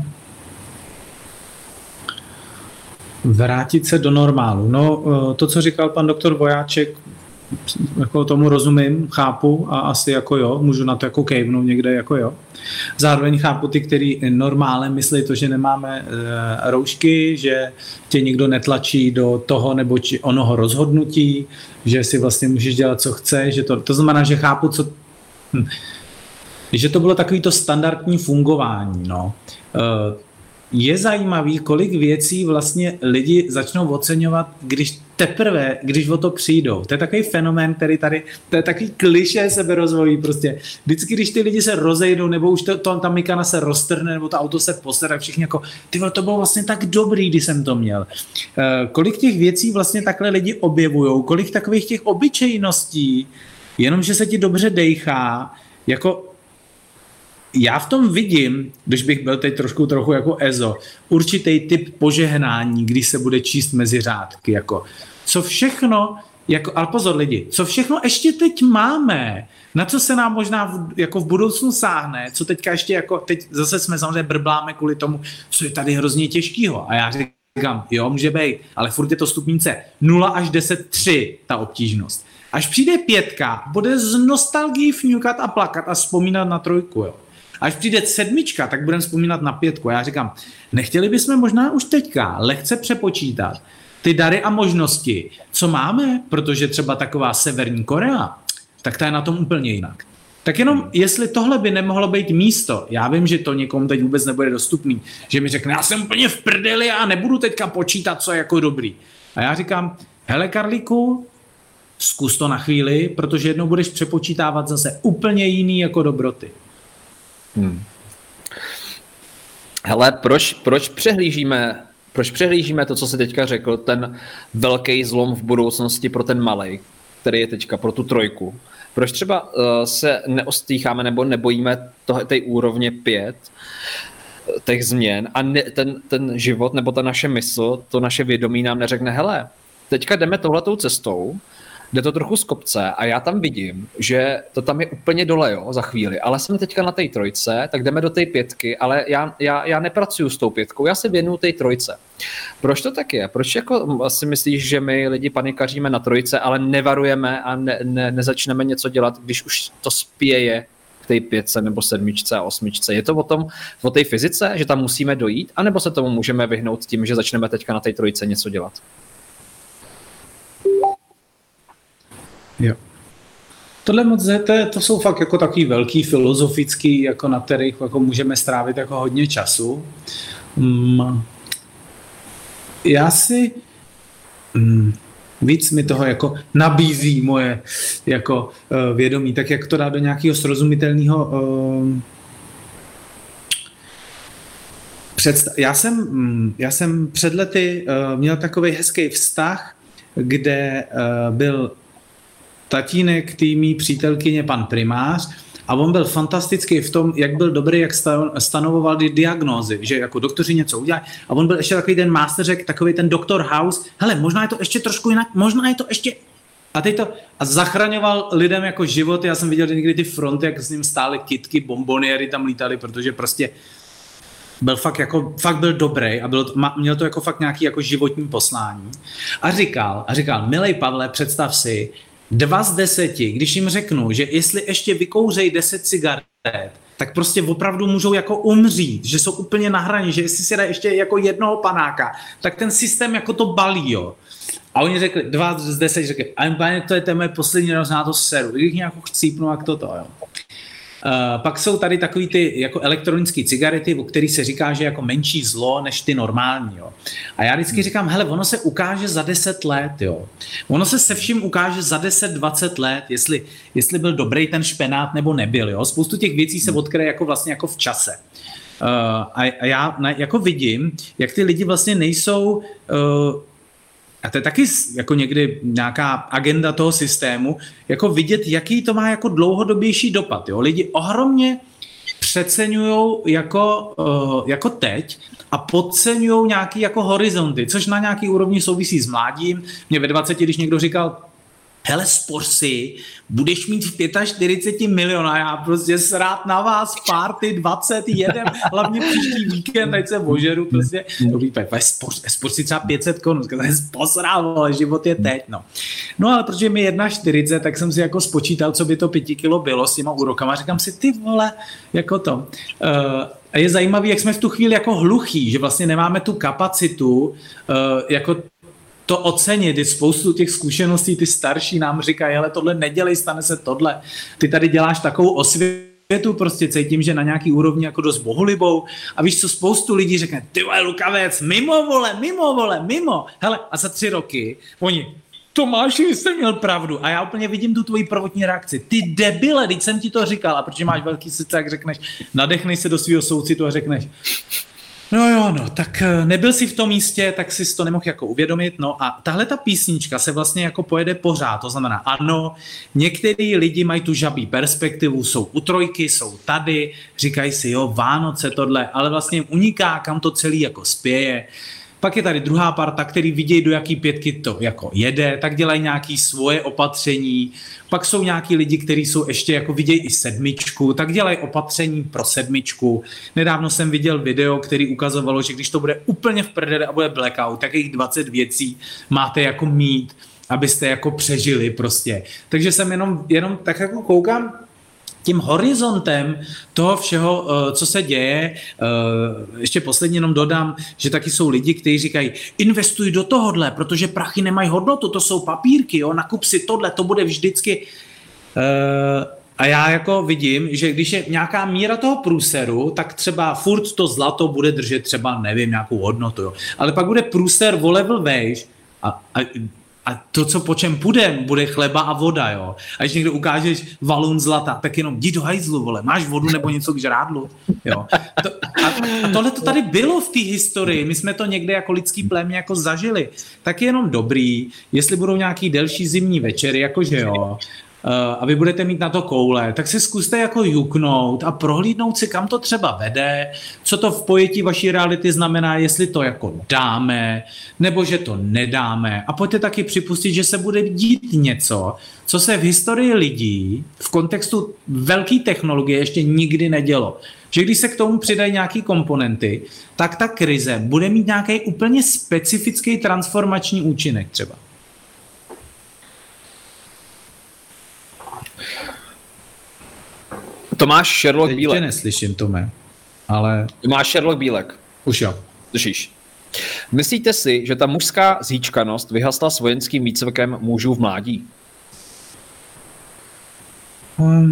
Vrátit se do normálu. No, to, co říkal pan doktor Vojáček, jako tomu rozumím, chápu a asi jako jo, můžu na to jako kejvnout někde jako jo. Zároveň chápu ty, který normálem myslí to, že nemáme e, roušky, že tě nikdo netlačí do toho nebo či onoho rozhodnutí, že si vlastně můžeš dělat, co chceš, že to, to znamená, že chápu, co... Hm, že to bylo takový to standardní fungování, no. E, je zajímavý, kolik věcí vlastně lidi začnou oceňovat, když teprve, když o to přijdou. To je takový fenomén, který tady, to je takový klišé seberozvojí prostě. Vždycky, když ty lidi se rozejdou, nebo už to, to, ta mikana se roztrhne, nebo to auto se posere, tak všichni jako, ty vole, to bylo vlastně tak dobrý, když jsem to měl. E, kolik těch věcí vlastně takhle lidi objevujou, kolik takových těch obyčejností, jenom, že se ti dobře dejchá, jako já v tom vidím, když bych byl teď trošku trochu jako Ezo, určitý typ požehnání, když se bude číst mezi řádky, jako co všechno, jako, ale pozor lidi, co všechno ještě teď máme, na co se nám možná v, jako v budoucnu sáhne, co teďka ještě jako, teď zase jsme samozřejmě brbláme kvůli tomu, co je tady hrozně těžkýho. A já říkám, jo, může být, ale furt je to stupnice nula až deset tři, ta obtížnost. Až přijde pětka, bude z nostalgií fňukat a plakat a vzpomínat na trojku, jo. Až přijde sedmička, tak budeme vzpomínat na pětku. Já říkám, nechtěli bychom možná už teďka lehce přepočítat ty dary a možnosti, co máme, protože třeba taková Severní Korea, tak ta je na tom úplně jinak. Tak jenom, jestli tohle by nemohlo být místo, já vím, že to někomu teď vůbec nebude dostupný, že mi řekne, já jsem úplně v prdeli a nebudu teďka počítat, co je jako dobrý. A já říkám, hele Karlíku, zkus to na chvíli, protože jednou budeš přepočítávat zase úplně jiný jako dobroty. Hmm. Hele, proč, proč přehlížíme, proč přehlížíme to, co jsi teďka řekl, ten velký zlom v budoucnosti pro ten malej, který je teďka pro tu trojku? Proč třeba uh, se neostýcháme nebo nebojíme toho, té úrovně pět, těch změn a ne, ten, ten život nebo ta naše mysl, to naše vědomí nám neřekne, hele, teďka jdeme touhletou cestou, jde to trochu z kopce a já tam vidím, že to tam je úplně dole, jo, za chvíli, ale jsme teďka na té trojce, tak jdeme do té pětky, ale já, já, já nepracuju s tou pětkou, já se věnuju té trojce. Proč to tak je? Proč jako si myslíš, že my lidi panikaříme na trojce, ale nevarujeme a ne, ne, nezačneme něco dělat, když už to spěje k té pětce nebo sedmičce a osmičce? Je to o tom, o té fyzice, že tam musíme dojít, anebo se tomu můžeme vyhnout tím, že začneme teďka na té trojce něco dělat? Jo. Tohle moc, to, to jsou fakt jako takový velký filozofický, jako na kterých jako můžeme strávit jako hodně času. Mm. Já si mm, víc mi toho jako nabízí moje jako uh, vědomí, tak jak to dá do nějakého srozumitelného uh, představ. Já jsem, mm, já jsem před lety uh, měl takový hezký vztah, kde uh, byl tatínek té mý přítelkyně pan primář a on byl fantastický v tom, jak byl dobrý, jak stanovoval diagnózy, že jako doktoři něco udělají a on byl ještě takový ten masterřek, takový ten doktor House, hele, možná je to ještě trošku jinak, možná je to ještě a teď to a zachraňoval lidem jako život. Já jsem viděl někdy ty fronty, jak s ním stály kytky, bomboniéry tam lítaly, protože prostě byl fakt jako, fakt byl dobrý a byl, měl to jako fakt nějaký jako životní poslání a říkal, a říkal, milej Pavle, představ si, dva z deseti, když jim řeknu, že jestli ještě vykouřej deset cigaret, tak prostě opravdu můžou jako umřít, že jsou úplně na hraně, že jestli si dají ještě jako jednoho panáka, tak ten systém jako to balí, jo. A oni řekli, dva z deset řekli, a pane, to je ten můj poslední roz na to seru, když nějakou chcípnu, jak toto, jo. Uh, pak jsou tady takový ty jako elektronické cigarety, o kterých se říká, že je jako menší zlo než ty normální. Jo. A já vždycky říkám, hele, ono se ukáže za deset let. Jo. Ono se se vším ukáže za deset dvacet let, jestli, jestli byl dobrý ten špenát nebo nebyl. Jo. Spoustu těch věcí se odkryje jako vlastně jako v čase. Uh, a, a já na, jako vidím, jak ty lidi vlastně nejsou... Uh, A to je taky jako někdy nějaká agenda toho systému, jako vidět, jaký to má jako dlouhodobější dopad. Jo? Lidi ohromně přeceňujou jako, uh, jako teď a podceňujou nějaký jako horizonty, což na nějaký úrovni souvisí s mládím. Mě ve dvaceti, když někdo říkal, hele, spor si, budeš mít v čtyřicet pět milionů a já prostě srát na vás, party dvacet jedem, hlavně příští víkend, ať se ožeru, prostě, to vypadá, spor, spor si třeba pět set korun, to je posrál, ale život je teď, no. No ale protože mi čtyřicet jedna, tak jsem si jako spočítal, co by to pěti kilo bylo s těma úrokama, říkám si, ty vole, jako to. Uh, a je zajímavý, jak jsme v tu chvíli jako hluchí, že vlastně nemáme tu kapacitu, uh, jako to ocenit, je spoustu těch zkušeností, ty starší nám říkají, hele, tohle nedělej, stane se tohle. Ty tady děláš takovou osvětu, prostě cítím, že na nějaký úrovni jako dost bohulibou a víš co, spoustu lidí řekne, ty vole, Lukavec, mimo vole, mimo vole, mimo. Hele, a za tři roky oni, Tomáši, jsi měl pravdu. A já úplně vidím tu tvoji prvotní reakci. Ty debile, teď jsem ti to říkal, a protože máš velký srdce, tak řekneš, nadechnej se do svého soucitu a řekneš, no jo, no, tak nebyl jsi v tom místě, tak jsi to nemohl jako uvědomit, no a tahle ta písnička se vlastně jako pojede pořád, to znamená, ano, některý lidi mají tu žabí perspektivu, jsou u trojky, jsou tady, říkají si, jo, Vánoce, tohle, ale vlastně uniká, kam to celý jako spěje. Pak je tady druhá parta, který vidějí, do jaký pětky to jako jede, tak dělají nějaké svoje opatření. Pak jsou nějaký lidi, kteří jsou ještě jako vidějí i sedmičku, tak dělají opatření pro sedmičku. Nedávno jsem viděl video, který ukazovalo, že když to bude úplně v prdele a bude blackout, tak jich dvacet věcí máte jako mít, abyste jako přežili prostě. Takže jsem jenom, jenom tak jako koukám, tím horizontem toho všeho, co se děje, ještě posledně jenom dodám, že taky jsou lidi, kteří říkají, investuj do tohohle, protože prachy nemají hodnotu, to jsou papírky, jo, nakup si tohle, to bude vždycky... A já jako vidím, že když je nějaká míra toho průseru, tak třeba furt to zlato bude držet třeba, nevím, nějakou hodnotu, jo. Ale pak bude průser o level vejš a, a A to, co po čem půjde, bude chleba a voda, jo. A když někdo ukážeš valun zlata, tak jenom jdi do hajzlu, vole, máš vodu nebo něco k žrádlu, jo. To, a, a tohle to tady bylo v té historii, my jsme to někde jako lidský plémě jako zažili. Tak je jenom dobrý, jestli budou nějaký delší zimní večery, jakože jo, a vy budete mít na to koule, tak si zkuste jako juknout a prohlídnout si, kam to třeba vede, co to v pojetí vaší reality znamená, jestli to jako dáme, nebo že to nedáme. A pojďte taky připustit, že se bude dít něco, co se v historii lidí v kontextu velké technologie ještě nikdy nedělo. Že když se k tomu přidají nějaké komponenty, tak ta krize bude mít nějaký úplně specifický transformační účinek třeba. Tomáš Sherlock Teď Bílek. Teď neslyším, Tome, ale... Tomáš Sherlock Bílek. Už jo. Slyšíš. Myslíte si, že ta mužská zíčkanost vyhasla s vojenským výcvikem mužů v mládí? Hmm.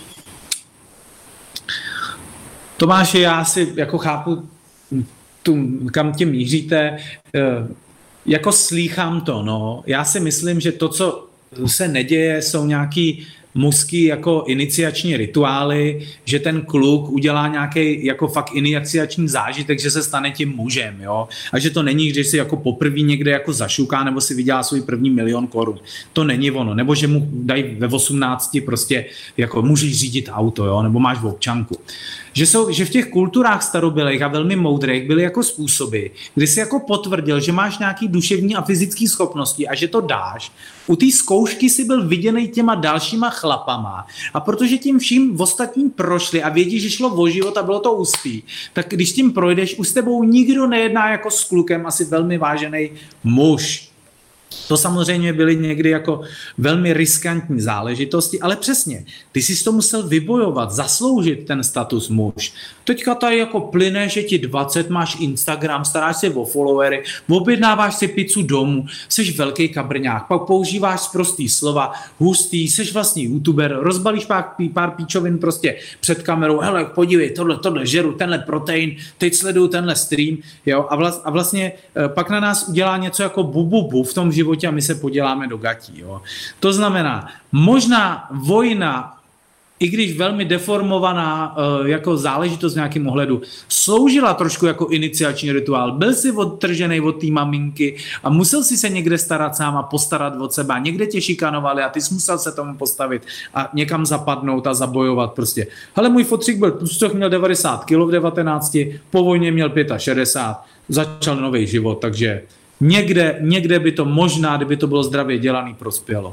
Tomáši, já si jako chápu, tu, kam tím míříte, jako slýchám to, no. Já si myslím, že to, co se neděje, jsou nějaký mužský jako iniciační rituály, že ten kluk udělá nějaký jako fakt iniciační zážitek, že se stane tím mužem, jo. A že to není, když si jako poprvé někde jako zašuká nebo si vydělá svůj první milion korun. To není ono. Nebo že mu dají ve osmnácti prostě jako můžeš řídit auto, jo, nebo máš v občanku. Že, jsou, že v těch kulturách starobylých a velmi moudrých byly jako způsoby, kdy jsi jako potvrdil, že máš nějaký duševní a fyzické schopnosti a že to dáš. U té zkoušky si byl viděný těma dalšíma chlapama a protože tím vším v ostatním prošli a vědí, že šlo o život a bylo to úspí, tak když tím projdeš, už s tebou nikdo nejedná jako s klukem, asi velmi vážený muž. To samozřejmě byly někdy jako velmi riskantní záležitosti, ale přesně, ty jsi to musel vybojovat, zasloužit ten status muž. Teďka tady jako plyne, že ti dvacet, máš Instagram, staráš se o followery, objednáváš si pizzu domů, jsi velký kabrňák, pak používáš sprostý slova, hustý, jsi vlastně youtuber, rozbalíš pár, pár píčovin prostě před kamerou, hele, podívej, tohle, tohle žeru, tenhle protein, teď sleduju tenhle stream, jo, a, vlast, a vlastně pak na nás udělá něco jako bububu v tom životě a my se poděláme do gatí. Jo. To znamená, možná vojna, i když velmi deformovaná jako záležitost v nějakém ohledu, sloužila trošku jako iniciační rituál. Byl si odtržený od té maminky a musel si se někde starat sám a postarat od sebe. A někde tě šikanovali a ty jsi musel se tomu postavit a někam zapadnout a zabojovat prostě. Hele, můj fotřík byl tlustok, měl devadesát kilo v devatenácti, po vojně měl šedesát pět, začal nový život, takže Někde, někde by to možná, kdyby to bylo zdravě dělaný, prospělo.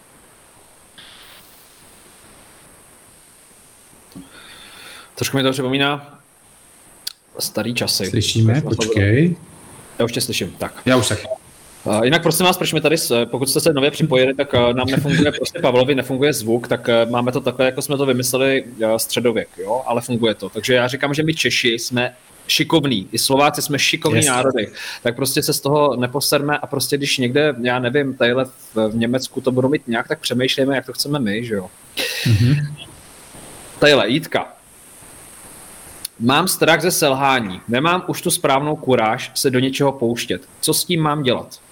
Trošku mi to připomíná starý časy. Slyšíme? Počkej. Já už tě slyším, tak. Já už taky. Uh, jinak prosím vás, proč mi tady, pokud jste se nově připojili, tak uh, nám nefunguje, prostě Pavlovi nefunguje zvuk, tak uh, máme to takhle, jako jsme to vymysleli uh, středověk, jo, ale funguje to. Takže já říkám, že my Češi jsme šikovní, i Slováci jsme šikovní yes. národy, tak prostě se z toho neposerme a prostě když někde, já nevím, tadyhle v, v Německu to budou mít nějak, tak přemýšlíme, jak to chceme my, že jo. Mm-hmm. Tadyhle, Jitka. Mám strach ze selhání, nemám už tu správnou kuráž se do něčeho pouštět. Co s tím mám dělat?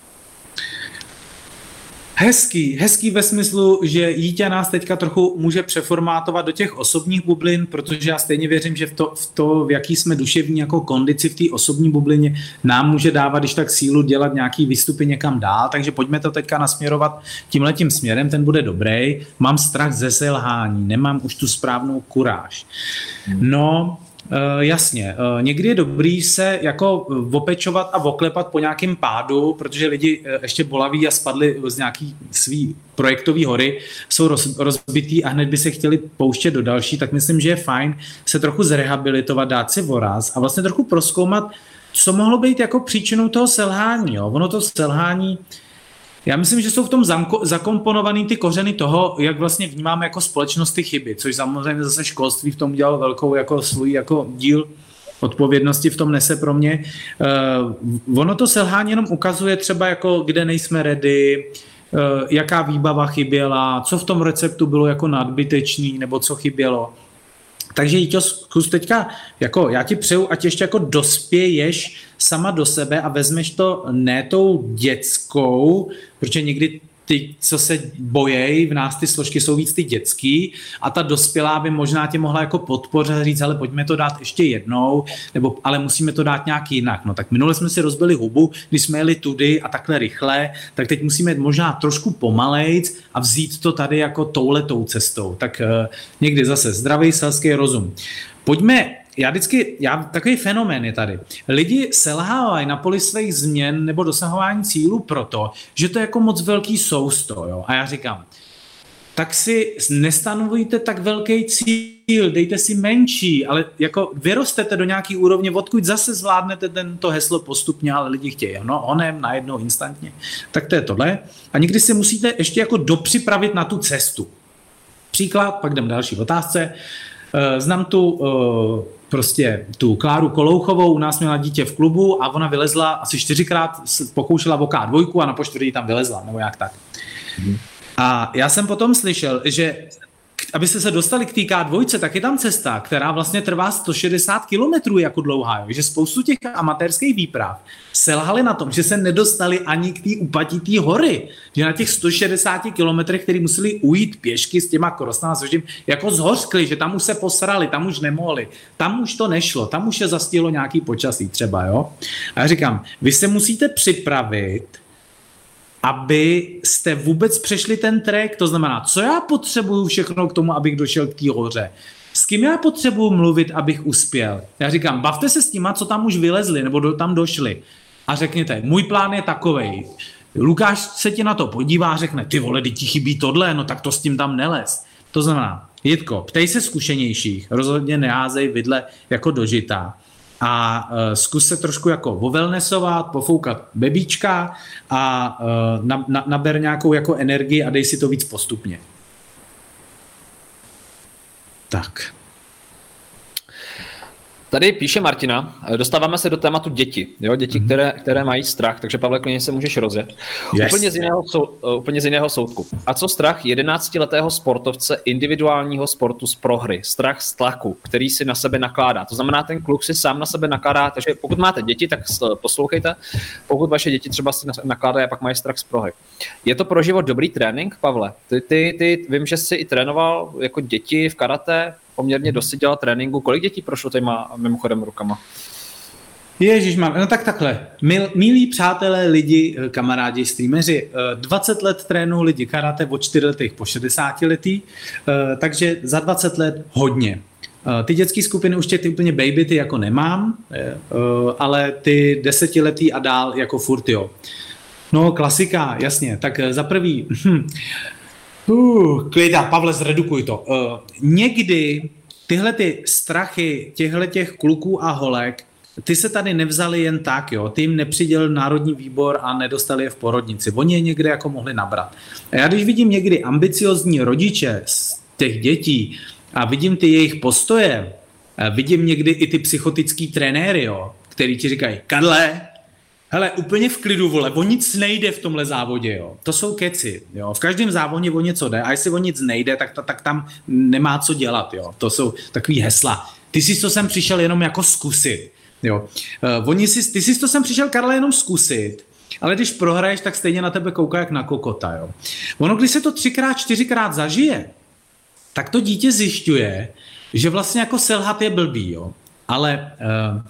Hezký, hezký ve smyslu, že Jítě nás teďka trochu může přeformátovat do těch osobních bublin, protože já stejně věřím, že v to, v, to, v jaký jsme duševní jako kondici v té osobní bublině, nám může dávat, když tak sílu dělat nějaký výstupy někam dál, takže pojďme to teďka nasměrovat tímhletím směrem, ten bude dobrý. Mám strach ze selhání, nemám už tu správnou kuráž. No, Uh, jasně, uh, někdy je dobrý se jako opečovat a oklepat po nějakém pádu, protože lidi uh, ještě bolaví a spadli z nějaký svý projektový hory, jsou roz, rozbitý a hned by se chtěli pouštět do další, tak myslím, že je fajn se trochu zrehabilitovat, dát si voraz a vlastně trochu prozkoumat, co mohlo být jako příčinou toho selhání. Jo? Ono to selhání, já myslím, že jsou v tom zakomponovaný ty kořeny toho, jak vlastně vnímáme jako společnost ty chyby, což samozřejmě zase školství v tom udělalo velkou jako svůj jako díl odpovědnosti v tom nese pro mě. Uh, ono to selhání jenom ukazuje třeba jako kde nejsme ready, uh, jaká výbava chyběla, co v tom receptu bylo jako nadbytečný nebo co chybělo. Takže Jíťo, zkus teďka, jako já ti přeju, ať ještě jako dospěješ sama do sebe a vezmeš to ne tou dětskou, protože někdy ty, co se bojejí, v nás ty složky jsou víc ty dětský a ta dospělá by možná tě mohla jako podpořit a říct, ale pojďme to dát ještě jednou, nebo ale musíme to dát nějak jinak. No tak minule jsme si rozbili hubu, když jsme jeli tudy a takhle rychle, tak teď musíme možná trošku pomalejc a vzít to tady jako touhletou cestou. Tak uh, někdy zase zdravý selský rozum. Pojďme, já vždycky, já, takový fenomén je tady. Lidi selhávají na poli svých změn nebo dosahování cílů proto, že to je jako moc velký sousto. Jo? A já říkám, tak si nestanovujte tak velký cíl, dejte si menší, ale jako vyrostete do nějaký úrovně, odkud zase zvládnete tento heslo postupně, ale lidi chtějí, no onem, najednou, instantně. Tak to je tohle. A někdy si musíte ještě jako dopřipravit na tu cestu. Příklad, pak jdem další otázce. Znám tu prostě tu Kláru Kolouchovou, u nás měla dítě v klubu a ona vylezla asi čtyřikrát, pokoušela o ká dva a na počtvrtý tam vylezla, nebo jak tak. Hmm. A já jsem potom slyšel, že abyste se dostali k té ká dva, tak je tam cesta, která vlastně trvá sto šedesát kilometrů jako dlouhá, jo? Že spoustu těch amatérských výprav selhali na tom, že se nedostali ani k té úpatí té hory, že na těch sto šedesáti kilometrech, který museli ujít pěšky s těma krosnama, což jim jako zhořkli, že tam už se posrali, tam už nemohli, tam už to nešlo, tam už je zastihlo nějaký počasí třeba, jo. A já říkám, vy se musíte připravit, aby jste vůbec přešli ten trek, to znamená, co já potřebuju všechno k tomu, abych došel k té hoře. S kým já potřebuju mluvit, abych uspěl? Já říkám, bavte se s těma, co tam už vylezli, nebo do, tam došli. A řekněte, můj plán je takovej. Lukáš se ti na to podívá a řekne, ty vole, ty ti chybí tohle, no tak to s tím tam nelez. To znamená, Jitko, ptej se zkušenějších, rozhodně neházej vidle jako do žita. a uh, zkus se trošku jako wellnessovat, pofoukat bebíčka a uh, na, na, naber nějakou jako energii a dej si to víc postupně. Tak. Tady píše Martina, dostáváme se do tématu děti, jo? Děti, mm-hmm. které, které mají strach, takže Pavle, klidně se můžeš rozjet. Yes. Úplně, z jiného, úplně z jiného soudku. A co strach jedenáctiletého sportovce individuálního sportu z prohry? Strach z tlaku, který si na sebe nakládá. To znamená, ten kluk si sám na sebe nakládá, takže pokud máte děti, tak poslouchejte. Pokud vaše děti třeba si nakládají a pak mají strach z prohry. Je to pro život dobrý trénink, Pavle? Ty, ty, ty vím, že jsi i trénoval jako děti v karate, poměrně dost si dělal tréninku. Kolik dětí prošlo těma mimochodem rukama? Ježišmar, no tak takhle. Mil, milí přátelé, lidi, kamarádi, streameři, dvacet let trénují lidi karate, od čtyřletých po šedesátiletý, takže za dvacet let hodně. Ty dětské skupiny už tě ty úplně baby, ty jako nemám, ale ty desetiletý a dál jako furt jo. No klasika, jasně. Tak za prvý... Uh, klidá, Pavle, zredukuj to. Uh, někdy tyhle ty strachy těchto těch kluků a holek, ty se tady nevzali jen tak, jo. Ty jim nepřidělil Národní výbor a nedostali je v porodnici. Oni je někde jako mohli nabrat. A já když vidím někdy ambiciozní rodiče z těch dětí a vidím ty jejich postoje, vidím někdy i ty psychotický trenéry, jo, který ti říkají, Karle, hele, úplně v klidu, vole, o nic nejde v tomhle závodě, jo. To jsou keci, jo. V každém závodě o něco jde a jestli o nic nejde, tak, ta, tak tam nemá co dělat, jo. To jsou takový hesla. Ty jsi to sem přišel jenom jako zkusit, jo. Uh, oni si, ty jsi to sem přišel, Karle, jenom zkusit, ale když prohraješ, tak stejně na tebe kouká jak na kokota, jo. Ono, když se to třikrát, čtyřikrát zažije, tak to dítě zjišťuje, že vlastně jako selhat je blbý, jo. Ale... Uh,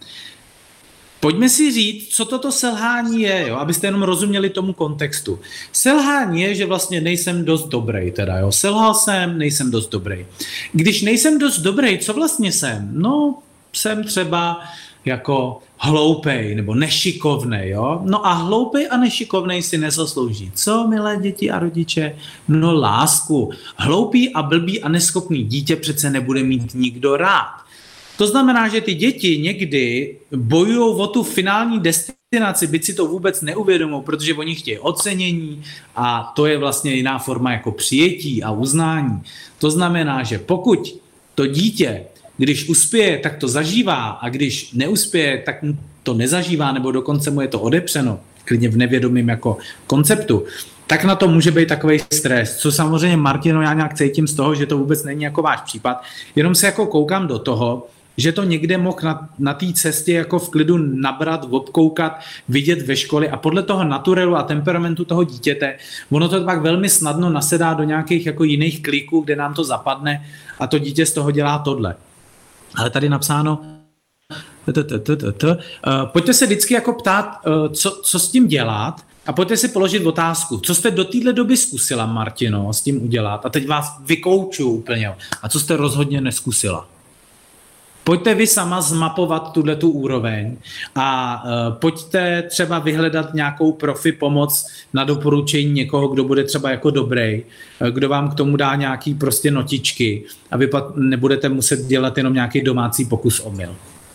Pojďme si říct, co toto selhání je, jo, abyste jenom rozuměli tomu kontextu. Selhání je, že vlastně nejsem dost dobrý, teda jo. Selhal jsem, nejsem dost dobrý. Když nejsem dost dobrý, co vlastně jsem? No, jsem třeba jako hloupej nebo nešikovnej, jo. No a hloupej a nešikovnej si nezaslouží. Co, milé děti a rodiče? No lásku. Hloupý a blbý a neschopný dítě přece nebude mít nikdo rád. To znamená, že ty děti někdy bojují o tu finální destinaci, byť si to vůbec neuvědomou, protože oni chtějí ocenění a to je vlastně jiná forma jako přijetí a uznání. To znamená, že pokud to dítě, když uspěje, tak to zažívá a když neuspěje, tak to nezažívá nebo dokonce mu je to odepřeno, klidně v nevědomém jako konceptu, tak na to může být takový stres, co samozřejmě, Martino, já nějak cítím z toho, že to vůbec není jako váš případ, jenom se jako koukám do toho, že to někde mohl na, na té cestě jako v klidu nabrat, obkoukat, vidět ve škole a podle toho naturelu a temperamentu toho dítěte, ono to pak velmi snadno nasedá do nějakých jako jiných kliků, kde nám to zapadne a to dítě z toho dělá tohle. Ale tady napsáno, pojďte se vždycky jako ptát, co, co s tím dělat a pojďte si položit otázku, co jste do téhle doby zkusila, Martino, s tím udělat a teď vás vykoučuju úplně a co jste rozhodně neskusila. Pojďte vy sama zmapovat tuhletu úroveň a uh, pojďte třeba vyhledat nějakou profi pomoc na doporučení někoho, kdo bude třeba jako dobrý, uh, kdo vám k tomu dá nějaký prostě notičky a vy pak nebudete muset dělat jenom nějaký domácí pokus omyl.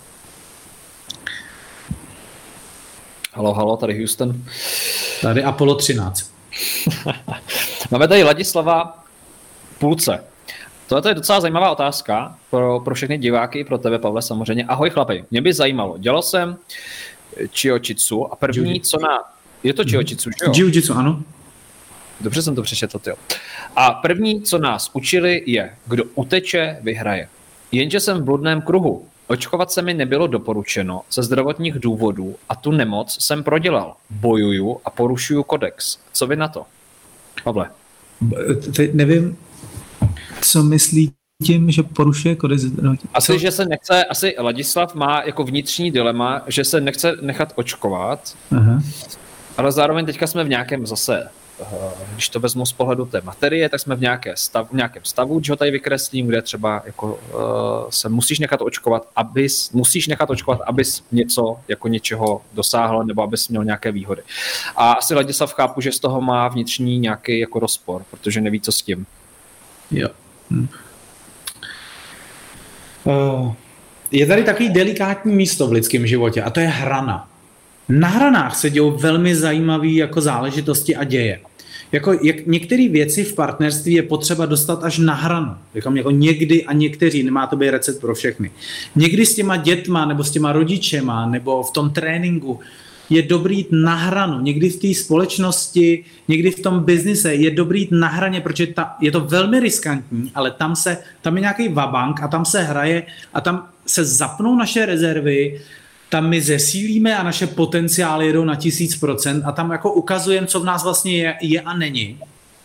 Halo, halo, tady Houston. Tady Apollo třináct. Máme tady Ladislava Půlce. Tohle je docela zajímavá otázka pro, pro všechny diváky i pro tebe, Pavle, samozřejmě. Ahoj chlapi, mě by zajímalo, dělal jsem jiu-jitsu a první, co na... Je to jiu-jitsu, že jo? Jiu-jitsu, ano. Dobře jsem to přečetl, jo. A první, co nás učili, je, kdo uteče, vyhraje. Jenže jsem v bludném kruhu. Očkovat se mi nebylo doporučeno ze zdravotních důvodů a tu nemoc jsem prodělal. Bojuju a porušuju kodex. Co vy na to? Pavle. Teď nevím... Co myslí tím, že porušuje kodex? Asi, že se nechce, asi Ladislav má jako vnitřní dilema, že se nechce nechat očkovat, Aha. ale zároveň teďka jsme v nějakém zase, když to vezmu z pohledu té materie, tak jsme v, nějaké stav, v nějakém stavu, že ho tady vykreslím, kde třeba jako, uh, se musíš nechat očkovat, abys, musíš nechat očkovat, abys něco, jako něčeho dosáhl, nebo abys měl nějaké výhody. A asi Ladislav chápu, že z toho má vnitřní nějaký jako rozpor, protože neví, co s tím. Jo. Hm. Uh, je tady takový delikátní místo v lidském životě a to je hrana. Na hranách se dějou velmi zajímavé jako záležitosti a děje. Jako, jak některé věci v partnerství je potřeba dostat až na hranu. Jako, jako někdy a někteří, nemá to být recept pro všechny. Někdy s těma dětma nebo s těma rodičema nebo v tom tréninku je dobrý jít na hranu. Někdy v té společnosti, někdy v tom biznise je dobrý jít na hraně, protože ta, je to velmi riskantní, ale tam, se, tam je nějaký vabank a tam se hraje a tam se zapnou naše rezervy, tam my zesílíme a naše potenciály jedou na tisíc procent a tam jako ukazujeme, co v nás vlastně je, je a není.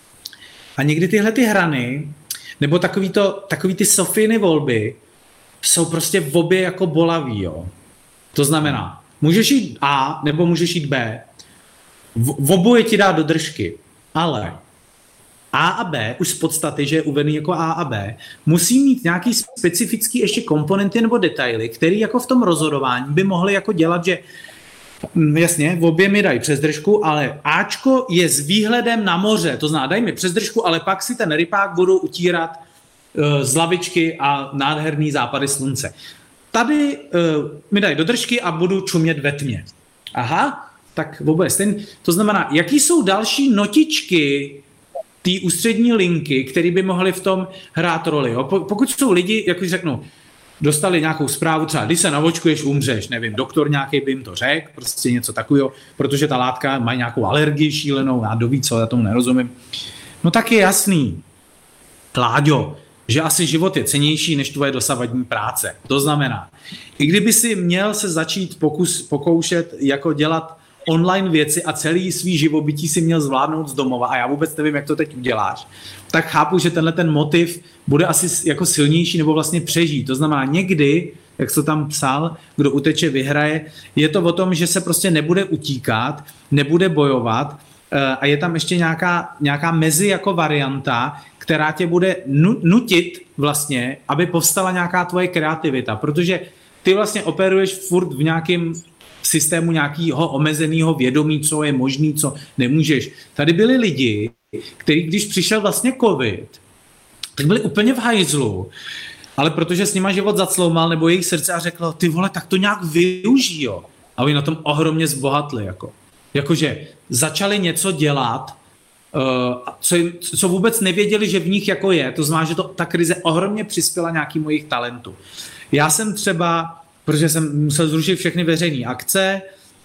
A někdy tyhle ty hrany, nebo takový, to, takový ty Sofíny volby, jsou prostě v obě jako bolavý. Jo. To znamená, můžeš jít A, nebo můžeš jít B. V, v oboje ti dá do držky, ale A a B, už z podstaty, že je uvedený jako A a B, musí mít nějaký specifický ještě komponenty nebo detaily, které jako v tom rozhodování by mohly jako dělat, že jasně, v obě mi dají přes držku, ale Ačko je s výhledem na moře, to znamená, daj mi přes držku, ale pak si ten rypák budu utírat uh, z lavičky a nádherný západy slunce. Tady uh, mi dají do držky a budu čumět ve tmě. Aha, tak v obě stejný. To znamená, jaký jsou další notičky té ústřední linky, které by mohly v tom hrát roli. Jo? Pokud jsou lidi, jak už řeknu, dostali nějakou zprávu, třeba když se navočkuješ, umřeš, nevím, doktor nějaký by jim to řekl, prostě něco takového, protože ta látka má nějakou alergii šílenou, já doví co, já tomu nerozumím. No tak je jasný, Láďo, že asi život je cennější než tvoje dosavadní práce. To znamená, i kdyby si měl se začít pokus, pokoušet jako dělat online věci a celý svý živobytí si měl zvládnout z domova a já vůbec nevím, jak to teď uděláš, tak chápu, že tenhle ten motiv bude asi jako silnější nebo vlastně přežít. To znamená někdy, jak jsi tam psal, kdo uteče, vyhraje, je to o tom, že se prostě nebude utíkat, nebude bojovat a je tam ještě nějaká, nějaká mezi jako varianta, která tě bude nutit vlastně, aby povstala nějaká tvoje kreativita, protože ty vlastně operuješ furt v nějakém systému nějakého omezeného vědomí, co je možný, co nemůžeš. Tady byli lidi, kteří, když přišel vlastně covid, tak byli úplně v hajzlu, ale protože s nima život zacloumal, nebo jejich srdce a řeklo, ty vole, tak to nějak využij, jo. A oni na tom ohromně zbohatli, jako. Jakože začali něco dělat, uh, co, co vůbec nevěděli, že v nich jako je. To znamená, že to, ta krize ohromně přispěla nějakým jejich talentu. Já jsem třeba protože jsem musel zrušit všechny veřejné akce,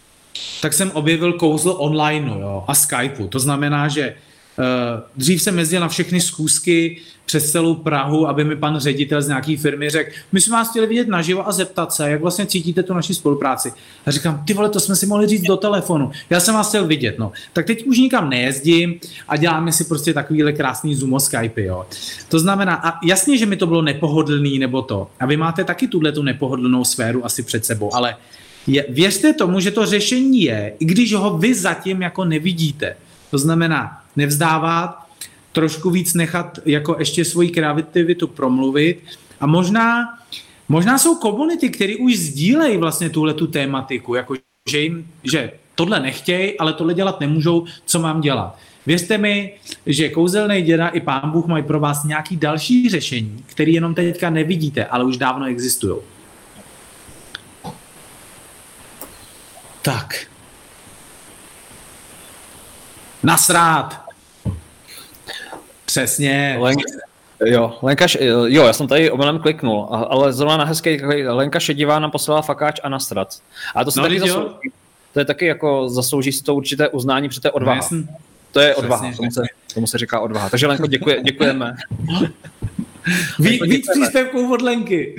tak jsem objevil kouzlo online, jo, a Skypeu. To znamená, že uh, dřív jsem jezdil na všechny schůzky přes celou Prahu, aby mi pan ředitel z nějaký firmy řekl, my jsme vás chtěli vidět naživo a zeptat se, jak vlastně cítíte tu naši spolupráci. A říkám, ty vole, to jsme si mohli říct do telefonu. Já jsem vás chtěl vidět, no. Tak teď už nikam nejezdím a děláme si prostě takovýhle krásný Zoomo Skype, jo. To znamená, a jasně, že mi to bylo nepohodlný nebo to. A vy máte taky tuhletu nepohodlnou sféru asi před sebou, ale je, věřte tomu, že to řešení je, i když ho vy zatím jako nevidíte. To znamená nevzdávat, trošku víc nechat jako ještě svoji kreativitu promluvit a možná, možná jsou komunity, které už sdílejí vlastně tuhletu tématiku, jako že, jim, že tohle nechtějí, ale tohle dělat nemůžou, co mám dělat. Věřte mi, že kouzelný děda i Pán Bůh mají pro vás nějaký další řešení, které jenom teďka nevidíte, ale už dávno existují. Tak. Nasrát. Přesně. Len, jo, Lenka, jo, já jsem tady omylem kliknul, ale zrovna na hezký, Lenka Šedivá nám poslala fakáč a nasrat. A to se no, tady zaslouží, to je taky jako, zaslouží si to určité uznání, protože to je odvaha. No, to je odvaha, tomu se, tomu se říká odvaha. Takže Lenko, děkuje, děkujeme. Ví, víc příspěvků od Lenky.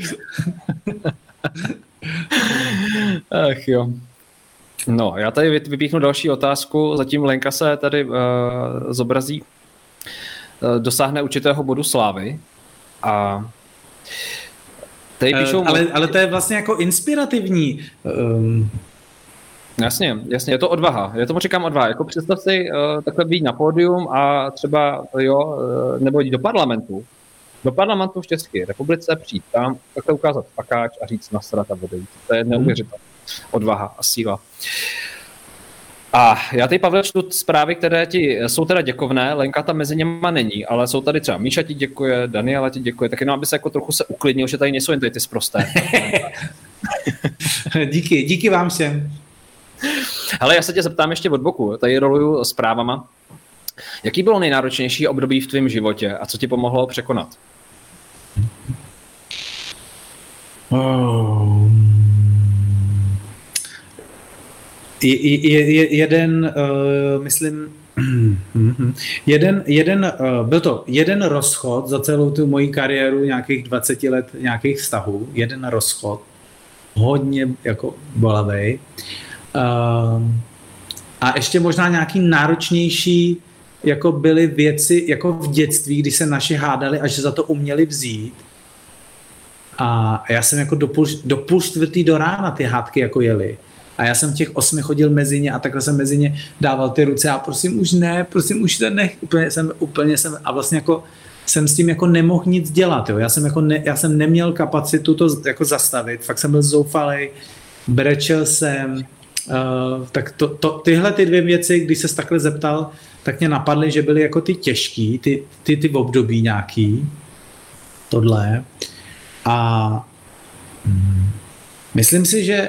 Ach jo. No, já tady vypíchnu další otázku, zatím Lenka se tady uh, zobrazí, uh, dosáhne určitého bodu slávy a tady píšou... Uh, ale, ale to je vlastně jako inspirativní. Um... Jasně, jasně, je to odvaha, já tomu říkám odvaha, jako představ si uh, takhle být na pódium a třeba, jo, uh, nebo jít do parlamentu, do parlamentu v České republice, přijít tam, takhle ukázat fakáč a říct nasrat a odejít. To je neuvěřitelné. Odvaha a síla. A já tady, Pavle, čtu zprávy, které ti jsou teda děkovné, Lenka tam mezi něma není, ale jsou tady třeba Míša ti děkuje, Daniela ti děkuje, tak jenom aby se jako trochu se uklidnil, že tady nejsou jen tady ty sprosté. díky, díky vám všem. Hele, já se tě zeptám ještě od boku, tady roluju zprávama. Jaký bylo nejnáročnější období v tvém životě a co ti pomohlo překonat? Oh. Je, je, je, jeden, uh, myslím, jeden, jeden, uh, byl to jeden rozchod za celou tu moji kariéru nějakých dvacet let nějakých vztahů, jeden rozchod, hodně jako bolavej. Uh, a ještě možná nějaký náročnější jako byly věci jako v dětství, kdy se naši hádali a že za to uměli vzít. A já jsem jako do půl, do půl čtvrtý do rána ty hádky jako jeli. A já jsem v těch osmi chodil mezi ně a takhle jsem mezi ně dával ty ruce a prosím už ne, prosím už to nech. Úplně jsem, úplně jsem, a vlastně jako jsem s tím jako nemohl nic dělat. Jo. Já, jsem jako ne, já jsem neměl kapacitu to jako zastavit, fakt jsem byl zoufalej, brečel jsem. Uh, tak to, to, tyhle ty dvě věci, když ses takhle zeptal, tak mě napadly, že byly jako ty těžký, ty, ty, ty období nějaký, tohle. A hmm, myslím si, že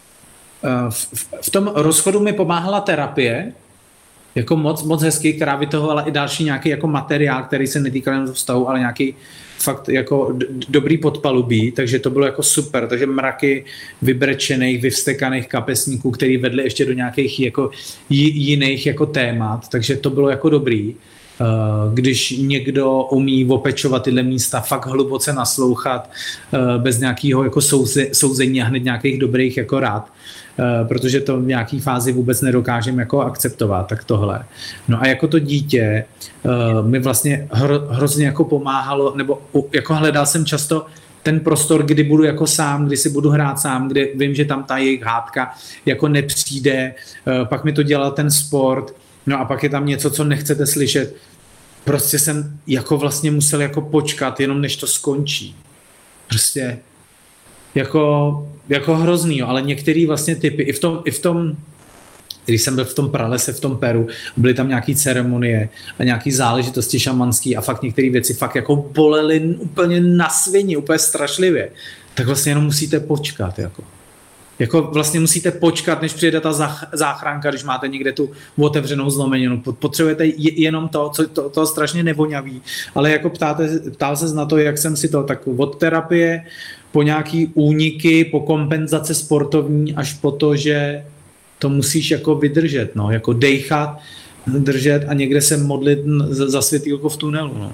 v, v tom rozchodu mi pomáhala terapie, jako moc, moc hezký, která vytahovala i další nějaký jako materiál, který se netýkal jen vztahu, ale nějaký fakt jako d- dobrý podpalubí, takže to bylo jako super, takže mraky vybrečených, vyvstekaných kapesníků, který vedli ještě do nějakých jako j- jiných jako témat, takže to bylo jako dobrý. Když někdo umí opečovat tyhle místa, fakt hluboce naslouchat, bez nějakého jako souze, souzení a hned nějakých dobrých jako rád, protože to v nějaký fázi vůbec nedokážeme jako akceptovat, tak tohle. No a jako to dítě mi vlastně hro, hrozně jako pomáhalo, nebo jako hledal jsem často ten prostor, kdy budu jako sám, kdy si budu hrát sám, kde vím, že tam ta jejich hádka jako nepřijde, pak mi to dělal ten sport. No a pak je tam něco, co nechcete slyšet. Prostě jsem jako vlastně musel jako počkat, jenom než to skončí. Prostě jako, jako hrozný, jo. Ale některé vlastně typy, i v tom, i v tom, když jsem byl v tom pralese, v tom Peru, byly tam nějaký ceremonie a nějaký záležitosti šamanský a fakt některé věci fakt jako bolely úplně na svině, úplně strašlivě. Tak vlastně jenom musíte počkat, jako. Jako vlastně musíte počkat, než přijede ta záchranka, když máte někde tu otevřenou zlomeninu. Potřebujete jenom to, co to, to strašně nevoňavý. Ale jako ptáte, ptal se na to, jak jsem si to, tak od terapie po nějaký úniky, po kompenzace sportovní, až po to, že to musíš jako vydržet, no, jako dejchat, držet a někde se modlit za světýlko v tunelu, no.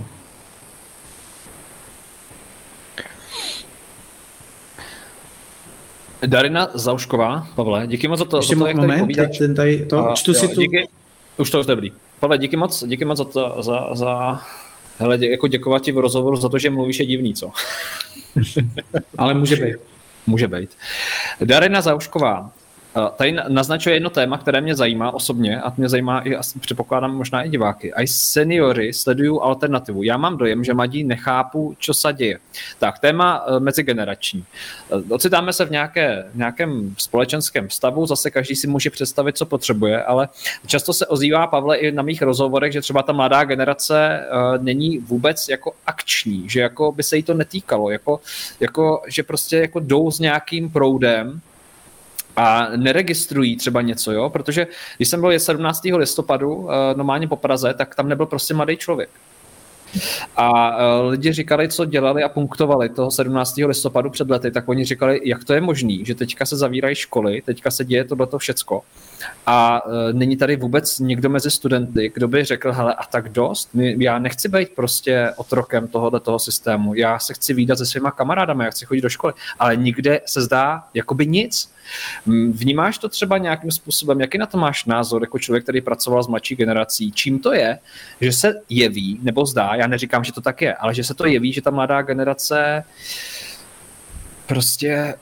Darina Zaušková, Pavle, díky moc za to, Ještě za to jak moment, tady povídáš. ten tady, to, a, čtu jo, si tu. Díky, už to je dobrý. Pavle, díky moc, díky moc za to, za, za hele, dě, jako děkovat ti v rozhovoru za to, že mluvíš je divný, co? Ale může být. Může být. Darina Zaušková, tady naznačuje jedno téma, které mě zajímá osobně a mě zajímá i, předpokládám, možná i diváky. A seniory sledují alternativu. Já mám dojem, že mladí nechápu, co se děje. Tak, téma mezigenerační. Ocitáme se v nějaké, nějakém společenském stavu, zase každý si může představit, co potřebuje, ale často se ozývá, Pavle, i na mých rozhovorech, že třeba ta mladá generace uh, není vůbec jako akční, že jako by se jí to netýkalo, jako, jako, že prostě jako jdou s nějakým proudem a neregistrují třeba něco, jo, protože když jsem byl sedmnáctého listopadu uh, normálně po Praze, tak tam nebyl prostě mladý člověk. A uh, lidi říkali, co dělali a punktovali toho sedmnáctého listopadu před lety, tak oni říkali, jak to je možný, že teďka se zavírají školy, teďka se děje tohleto všecko a uh, není tady vůbec někdo mezi studenty, kdo by řekl, hele, a tak dost, já nechci být prostě otrokem tohoto systému, já se chci vídat se svýma kamarádama, já chci chodit do školy, ale nikde se zdá jakoby nic. Vnímáš to třeba nějakým způsobem, jaký na to máš názor jako člověk, který pracoval s mladší generací? Čím to je, že se jeví, nebo zdá, já neříkám, že to tak je, ale že se to jeví, že ta mladá generace prostě...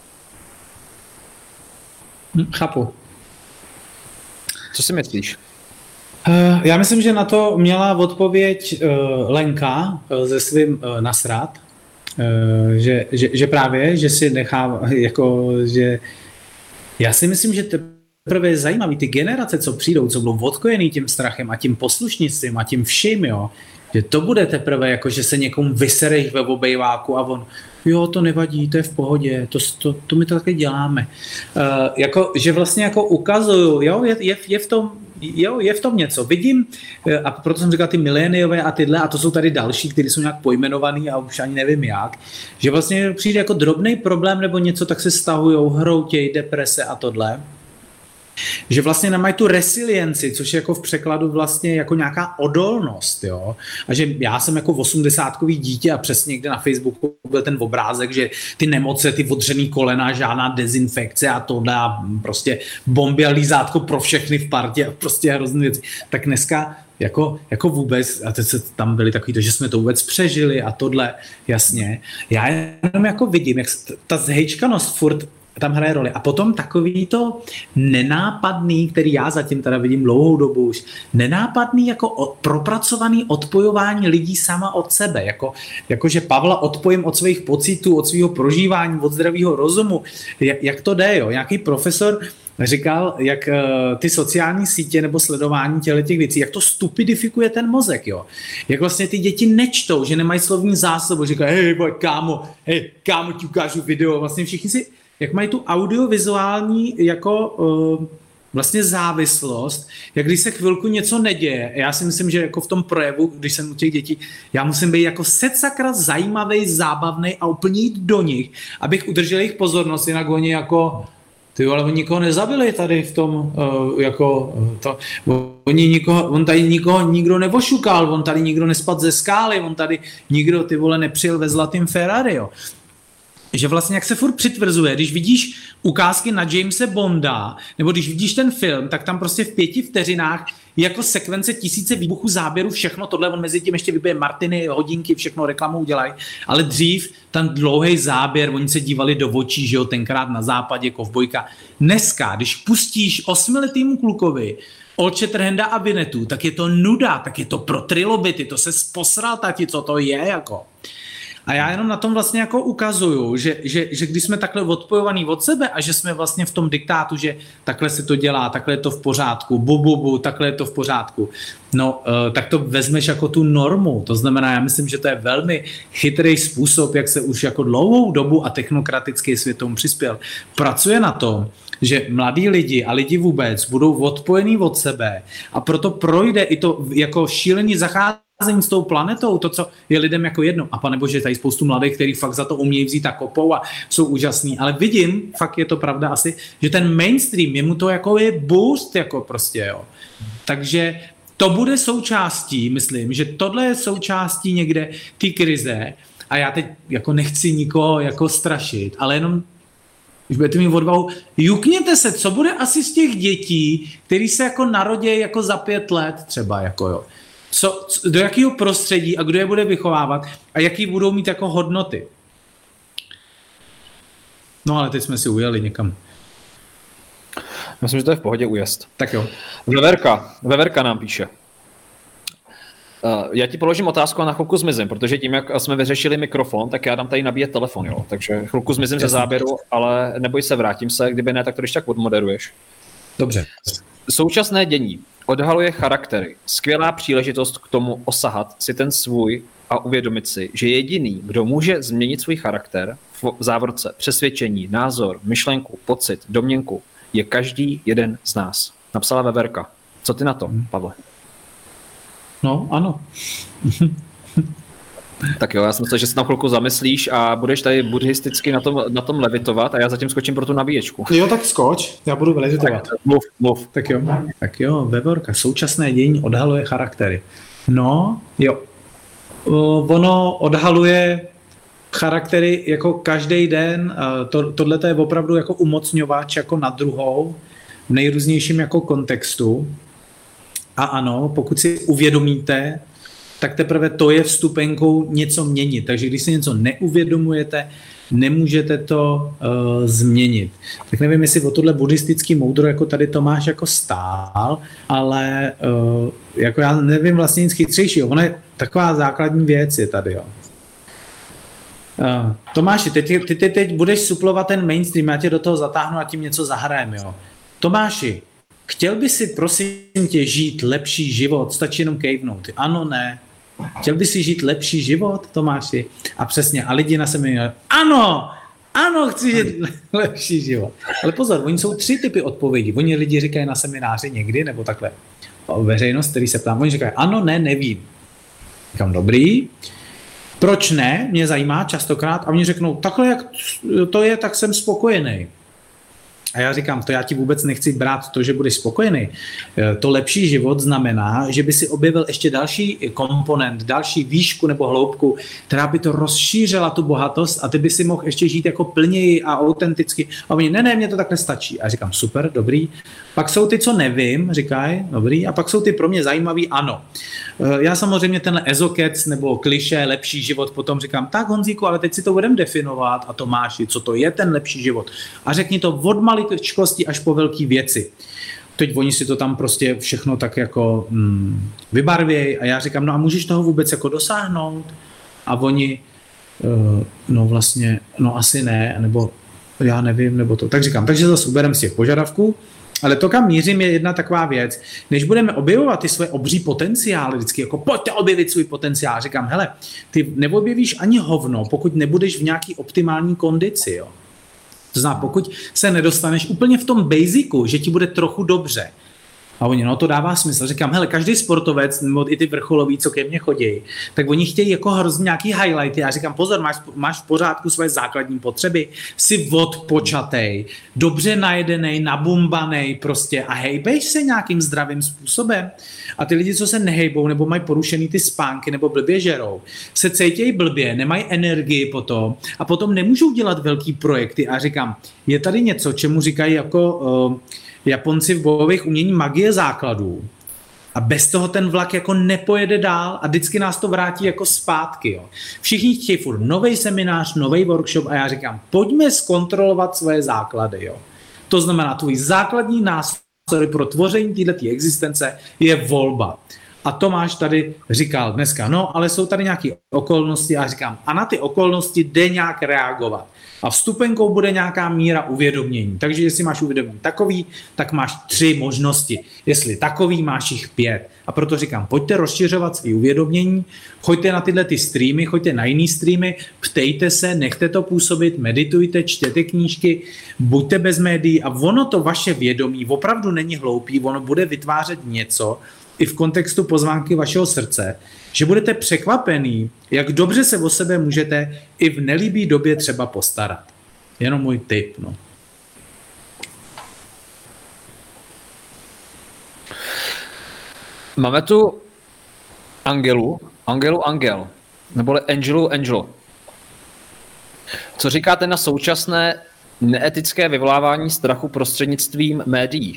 Chápu. Co si myslíš? Já myslím, že na to měla odpověď Lenka se svým nasrát. Že, že, že právě, že si nechá, jako, že já si myslím, že te, teprve je zajímavý, ty generace, co přijdou, co budou odkojený tím strachem a tím poslušnictvím a tím vším, jo, že to bude teprve jako, že se někomu vysereš ve obejváku a on, jo, to nevadí, to je v pohodě, to, to, to my to taky děláme. Uh, jako, že vlastně jako ukazuju, jo, je, je, je v tom, jo, je v tom něco. Vidím, a proto jsem říkal ty mileniové a tyhle, a to jsou tady další, kteří jsou nějak pojmenovaný a už ani nevím jak, že vlastně přijde jako drobný problém nebo něco, tak se stahujou, hroutěj, deprese a tohle. Že vlastně nemají tu resilienci, což je jako v překladu vlastně jako nějaká odolnost, jo. A že já jsem jako osmdesátkový dítě a přesně někde na Facebooku byl ten obrázek, že ty nemoce, ty odřený kolena, žádná dezinfekce a tohle a prostě bomby a lízátko pro všechny v partě a prostě hrozný věci. Tak dneska jako, jako vůbec, a teď se tam byli takový to, že jsme to vůbec přežili a tohle, jasně. Já jenom jako vidím, jak ta zhejčkanost furt tam hraje roli. A potom takový to nenápadný, který já zatím teda vidím dlouhou dobu už, nenápadný jako o, propracovaný odpojování lidí sama od sebe. Jako, jako že Pavla odpojím od svých pocitů, od svého prožívání, od zdravého rozumu. Jak, jak to jde, jo? Nějaký profesor říkal, jak uh, ty sociální sítě nebo sledování těch věcí, jak to stupidifikuje ten mozek, jo. Jak vlastně ty děti nečtou, že nemají slovní zásobu, říkají, hej, boj, kámo, hej, kámo, ti ukážu video. Vlastně všichni si jak mají tu audiovizuální jako uh, vlastně závislost, jak když se chvilku něco neděje. Já si myslím, že jako v tom projevu, když jsem u těch dětí, já musím být jako sedsakra zajímavý, zábavný a úplně jít do nich, abych udržel jejich pozornost, jinak oni jako ty, ale oni nikoho nezabili tady v tom, uh, jako to, oni nikoho, on tady nikoho nikdo nevošukal, on tady nikdo nespadl ze skály, on tady nikdo, ty vole, nepřijel ve zlatým Ferrari, jo. Že vlastně jak se furt přitvrzuje, když vidíš ukázky na Jamese Bonda, nebo když vidíš ten film, tak tam prostě v pěti vteřinách je jako sekvence tisíce výbuchů, záběrů, všechno tohle, on mezi tím ještě vybije Martiny, hodinky, všechno reklamu udělají, ale dřív ten dlouhý záběr, oni se dívali do očí, že jo, tenkrát na západě, kovbojka. Dneska, když pustíš osmiletýmu klukovi Old Shatterhanda a Vinetu, tak je to nuda, tak je to pro trilobity, to se posral tati, co to je, jako. A já jenom na tom vlastně jako ukazuju, že, že, že když jsme takhle odpojovaní od sebe a že jsme vlastně v tom diktátu, že takhle se to dělá, takhle je to v pořádku, bu, bu, bu, takhle je to v pořádku, no uh, tak to vezmeš jako tu normu. To znamená, já myslím, že to je velmi chytrý způsob, jak se už jako dlouhou dobu a technokratický svět tomu přispěl. Pracuje na tom, že mladí lidi a lidi vůbec budou odpojení od sebe a proto projde i to jako šílený zacházení s tou planetou, to, co je lidem jako jedno. A pane bože, tady spoustu mladých, který fakt za to umějí vzít a kopou a jsou úžasní. Ale vidím, fakt je to pravda asi, že ten mainstream, je mu to jako je boost, jako prostě, jo. Takže to bude součástí, myslím, že tohle je součástí někde té krize a já teď jako nechci nikoho jako strašit, ale jenom když budete mít odvahu, jukněte se, co bude asi z těch dětí, který se jako narodí jako za pět let třeba, jako jo. Co, do jakého prostředí a kdo je bude vychovávat a jaký budou mít jako hodnoty. No ale teď jsme si ujeli někam. Myslím, že to je v pohodě ujezd. Tak jo. Veverka, Veverka nám píše. Uh, já ti položím otázku a na chvilku zmizím, protože tím, jak jsme vyřešili mikrofon, tak já dám tady nabíjet telefon, jo. Takže chvilku zmizím ze záběru, ale neboj se, vrátím se, kdyby ne, tak to když tak odmoderuješ. Dobře. Současné dění odhaluje charaktery. Skvělá příležitost k tomu osahat si ten svůj a uvědomit si, že jediný, kdo může změnit svůj charakter, v závorce přesvědčení, názor, myšlenku, pocit, domněnku, je každý jeden z nás. Napsala Veverka. Co ty na to, Pavle? No, ano. Tak jo, já jsem myslel, že se tam chvilku zamyslíš a budeš tady buddhisticky na tom, na tom levitovat a já zatím skočím pro tu nabíječku. Jo, tak skoč, já budu levitovat. Tak mluv, mluv. Tak jo, tak jo, Veverka, současné dění odhaluje charaktery. No, jo. Ono odhaluje charaktery jako každý den, to, tohle je opravdu jako umocňovač jako na druhou, v nejrůznějším jako kontextu. A ano, pokud si uvědomíte, tak teprve to je vstupenkou něco měnit. Takže když si něco neuvědomujete, nemůžete to uh, změnit. Tak nevím, jestli o tohle buddhistický moudro jako tady Tomáš jako stál, ale uh, jako já nevím vlastně nic chytřejšího. Ono je taková základní věc je tady, jo. Uh, Tomáši, ty, ty, ty teď budeš suplovat ten mainstream, já tě do toho zatáhnu a tím něco zahrajem, jo. Tomáši, chtěl by si prosím tě žít lepší život, stačí jenom kejvnout. Ano, ne. Chtěl by si žít lepší život, Tomáši? A přesně, a lidi na semináři, ano, ano, chci žít lepší život. Ale pozor, oni jsou tři typy odpovědí. Oni lidi říkají na semináři někdy, nebo takhle veřejnost, který se ptám, oni říkají, ano, ne, nevím. Říkám, dobrý. Proč ne? Mě zajímá častokrát. A oni řeknou, takhle jak to je, tak jsem spokojený. A já říkám, to já ti vůbec nechci brát to, že budeš spokojený. To lepší život znamená, že by si objevil ještě další komponent, další výšku nebo hloubku, která by to rozšířila tu bohatost a ty by si mohl ještě žít jako plněji a autenticky. A oni, ne, ne, mně to takhle stačí. A říkám, super, dobrý. Pak jsou ty, co nevím, říkají, dobrý. A pak jsou ty pro mě zajímavý, ano. Já samozřejmě tenhle ezokec nebo klišé lepší život potom říkám, tak Honzíku, ale teď si to budeme definovat a Tomáši, co to je ten lepší život. A řekni to od maličkosti až po velký věci. Teď oni si to tam prostě všechno tak jako mm, vybarvějí a já říkám, no a můžeš toho vůbec jako dosáhnout? A oni, uh, no vlastně, no asi ne, nebo já nevím, nebo to. Tak říkám, takže zase ubereme z těch požadavků. Ale to, kam mířím, je jedna taková věc. Než budeme objevovat ty své obří potenciály, vždycky jako pojďte objevit svůj potenciál, říkám, hele, ty neobjevíš ani hovno, pokud nebudeš v nějaký optimální kondici, jo. To znamená, pokud se nedostaneš úplně v tom basicu, že ti bude trochu dobře. A oni, no to dává smysl. Říkám, hele, každý sportovec, nebo i ty vrcholoví, co ke mně chodí, tak oni chtějí jako hrozně nějaký highlighty. Já říkám, pozor, máš, máš v pořádku své základní potřeby, jsi odpočatej, dobře najedenej, nabumbanej prostě a hejbeš se nějakým zdravým způsobem. A ty lidi, co se nehejbou, nebo mají porušený ty spánky, nebo blbě žerou, se cítějí blbě, nemají energii potom a potom nemůžou dělat velký projekty. A říkám, je tady něco, čemu říkají jako... Uh, Japonci v bojových umění magie základů a bez toho ten vlak jako nepojede dál a vždycky nás to vrátí jako zpátky. Jo. Všichni chtějí furt nový seminář, nový workshop a já říkám, pojďme zkontrolovat svoje základy. Jo. To znamená, tvůj základní nástroj pro tvoření této existence je volba. A Tomáš tady říkal dneska, no, ale jsou tady nějaké okolnosti a já říkám, a na ty okolnosti jde nějak reagovat. A vstupenkou bude nějaká míra uvědomění. Takže jestli máš uvědomění takový, tak máš tři možnosti. Jestli takový, máš jich pět. A proto říkám, pojďte rozšiřovat svý uvědomění, choďte na tyhle ty streamy, choďte na jiný streamy, ptejte se, nechte to působit, meditujte, čtěte knížky, buďte bez médií a ono to vaše vědomí opravdu není hloupý, ono bude vytvářet něco, i v kontextu pozvánky vašeho srdce, že budete překvapený, jak dobře se o sebe můžete i v nelíbý době třeba postarat. Jenom můj tip. No. Máme tu Angelu, Angelu Angel, neboli Angelu Angel. Co říkáte na současné neetické vyvolávání strachu prostřednictvím médií?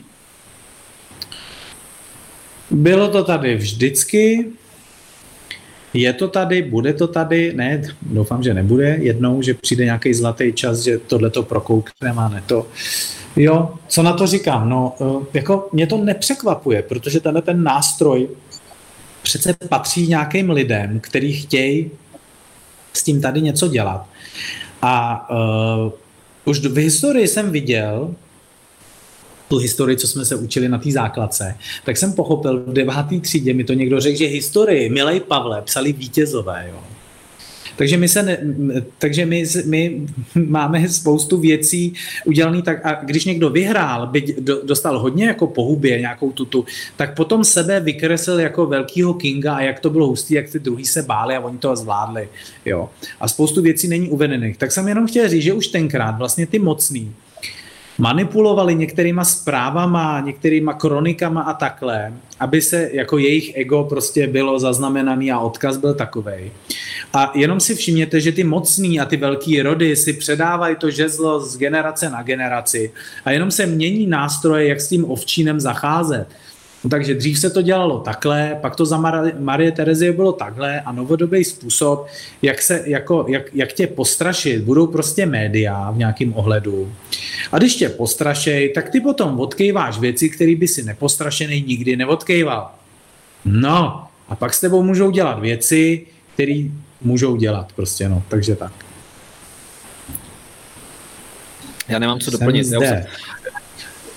Bylo to tady vždycky, je to tady, bude to tady, ne, doufám, že nebude jednou, že přijde nějaký zlatý čas, že tohleto prokoukneme a ne to. Jo, co na to říkám? No, jako mě to nepřekvapuje, protože tenhle ten nástroj přece patří nějakým lidem, kteří chtějí s tím tady něco dělat. A uh, už v historii jsem viděl, tu historii, co jsme se učili na té základce, tak jsem pochopil, v deváté třídě mi to někdo řekl, že historii, milej Pavle, psali vítězové. Jo. Takže my, se ne, takže my, my máme spoustu věcí udělaný tak, a když někdo vyhrál, by dostal hodně jako po hubě nějakou tutu, tak potom sebe vykreslil jako velkýho kinga a jak to bylo hustý, jak ty druhý se báli a oni to zvládli. Jo. A spoustu věcí není uvedených. Tak jsem jenom chtěl říct, že už tenkrát vlastně ty mocný manipulovali některýma zprávama, některýma kronikama a takhle, aby se jako jejich ego prostě bylo zaznamenaný a odkaz byl takovej. A jenom si všimněte, že ty mocný a ty velký rody si předávají to žezlo z generace na generaci a jenom se mění nástroje, jak s tím ovčínem zacházet. No, takže dřív se to dělalo takhle, pak to za Marie Terezie bylo takhle a novodobý způsob, jak, se, jako, jak, jak tě postrašit, budou prostě média v nějakém ohledu. A když tě postrašej, tak ty potom odkejváš věci, které by si nepostrašený nikdy neodkejval. No, a pak s tebou můžou dělat věci, které můžou dělat prostě, no, takže tak. Já nemám co doplnit.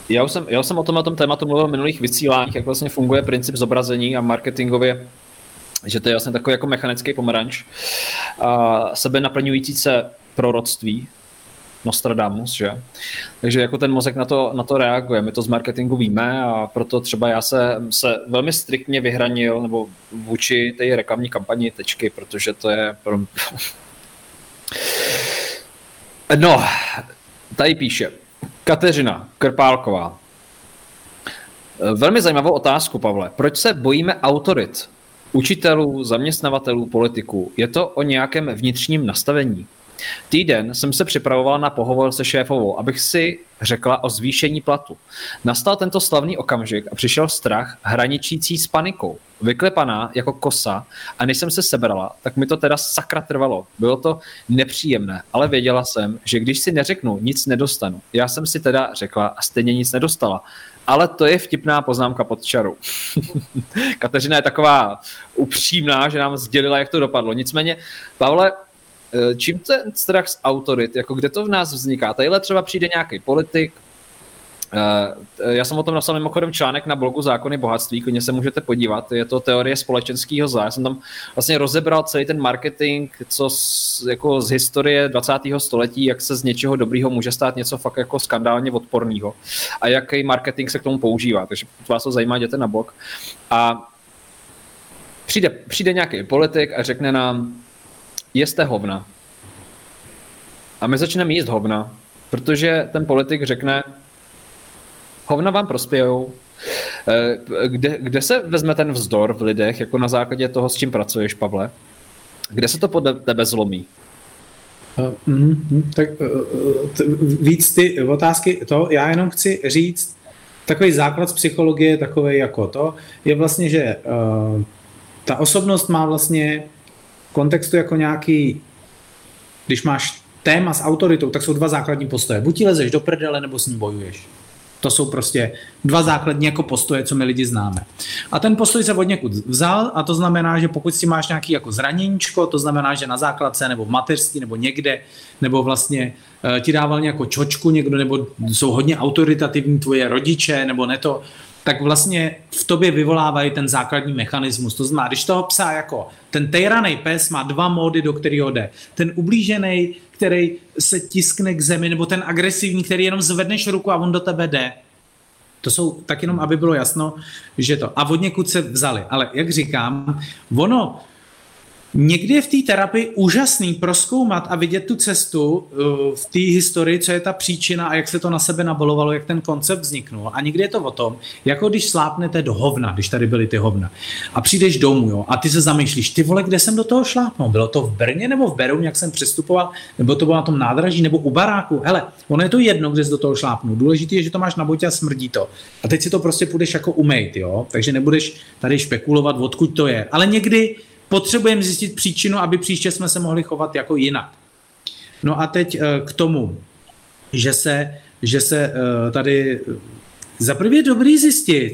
Já už jsem, já už jsem o tom, o tom tématu mluvil v minulých vysíláních, jak vlastně funguje princip zobrazení a marketingově, že to je vlastně takový jako mechanický pomeranč a sebe naplňující se proroctví, Nostradamus, že? Takže jako ten mozek na to, na to reaguje. My to z marketingu víme a proto třeba já se, se velmi striktně vyhranil nebo vůči té reklamní kampani tečky, protože to je... Pro... No, tady píše Kateřina Krpálková. Velmi zajímavou otázku, Pavle. Proč se bojíme autorit? Učitelů, zaměstnavatelů, politiků. Je to o nějakém vnitřním nastavení? Týden jsem se připravoval na pohovor se šéfovou, abych si řekla o zvýšení platu. Nastal tento slavný okamžik a přišel strach hraničící s panikou. Vyklepaná jako kosa a než jsem se sebrala, tak mi to teda sakra trvalo. Bylo to nepříjemné, ale věděla jsem, že když si neřeknu, nic nedostanu. Já jsem si teda řekla a stejně nic nedostala. Ale to je vtipná poznámka pod čarou. Kateřina je taková upřímná, že nám sdělila, jak to dopadlo. Nicméně, Pavle, čím ten strach z autorit, jako kde to v nás vzniká? Tadyhle třeba přijde nějaký politik, já jsem o tom napsal mimochodem článek na blogu Zákony bohatství, klidně se můžete podívat, je to teorie společenského zla. Já jsem tam vlastně rozebral celý ten marketing, co z, jako z historie dvacátého století, jak se z něčeho dobrýho může stát něco fakt jako skandálně odporného a jaký marketing se k tomu používá, takže vás to zajímá, jděte na blog. A přijde, přijde nějaký politik a řekne nám, jeste hovna. A my začneme jíst hovna, protože ten politik řekne, hovna vám prospějou. Kde, kde se vezme ten vzdor v lidech, jako na základě toho, s čím pracuješ, Pavle? Kde se to podle tebe zlomí? Uh, mm, tak uh, t, víc ty otázky, to já jenom chci říct, takový základ z psychologie, takový jako to, je vlastně, že uh, ta osobnost má vlastně v kontextu jako nějaký, když máš téma s autoritou, tak jsou dva základní postoje. Buď ti lezeš do prdele, nebo s ním bojuješ. To jsou prostě dva základní jako postoje, co my lidi známe. A ten postoj se od někud vzal a to znamená, že pokud si máš nějaký jako zraněníčko, to znamená, že na základce nebo v mateřství nebo někde, nebo vlastně uh, ti dával nějakou čočku někdo, nebo jsou hodně autoritativní tvoje rodiče, nebo ne to, tak vlastně v tobě vyvolávají ten základní mechanismus. To znamená, když toho psa jako ten tejranej pes má dva módy, do kterého jde. Ten ublížený, který se tiskne k zemi, nebo ten agresivní, který jenom zvedneš ruku a on do tebe jde. To jsou tak jenom, aby bylo jasno, že to. A od někud se vzali. Ale jak říkám, ono někdy je v té terapii úžasný prozkoumat a vidět tu cestu uh, v té historii, co je ta příčina a jak se to na sebe nabalovalo, jak ten koncept vzniknul. A někdy je to o tom, jako když slápnete do hovna, když tady byly ty hovna. A přijdeš domů, jo, a ty se zamýšlíš, ty vole, kde jsem do toho šlápnul? Bylo to v Brně nebo v Berouně, jak jsem přestupoval? Nebo to bylo na tom nádraží, nebo u baráku? Hele, ono je to jedno, kde jsi do toho šlápnul. Důležité je, že to máš na botě a smrdí to. A teď si to prostě půjdeš jako umejt, jo? Takže nebudeš tady špekulovat, odkud to je. Ale někdy potřebujeme zjistit příčinu, aby příště jsme se mohli chovat jako jinak. No a teď k tomu, že se, že se tady zaprvé je dobrý zjistit,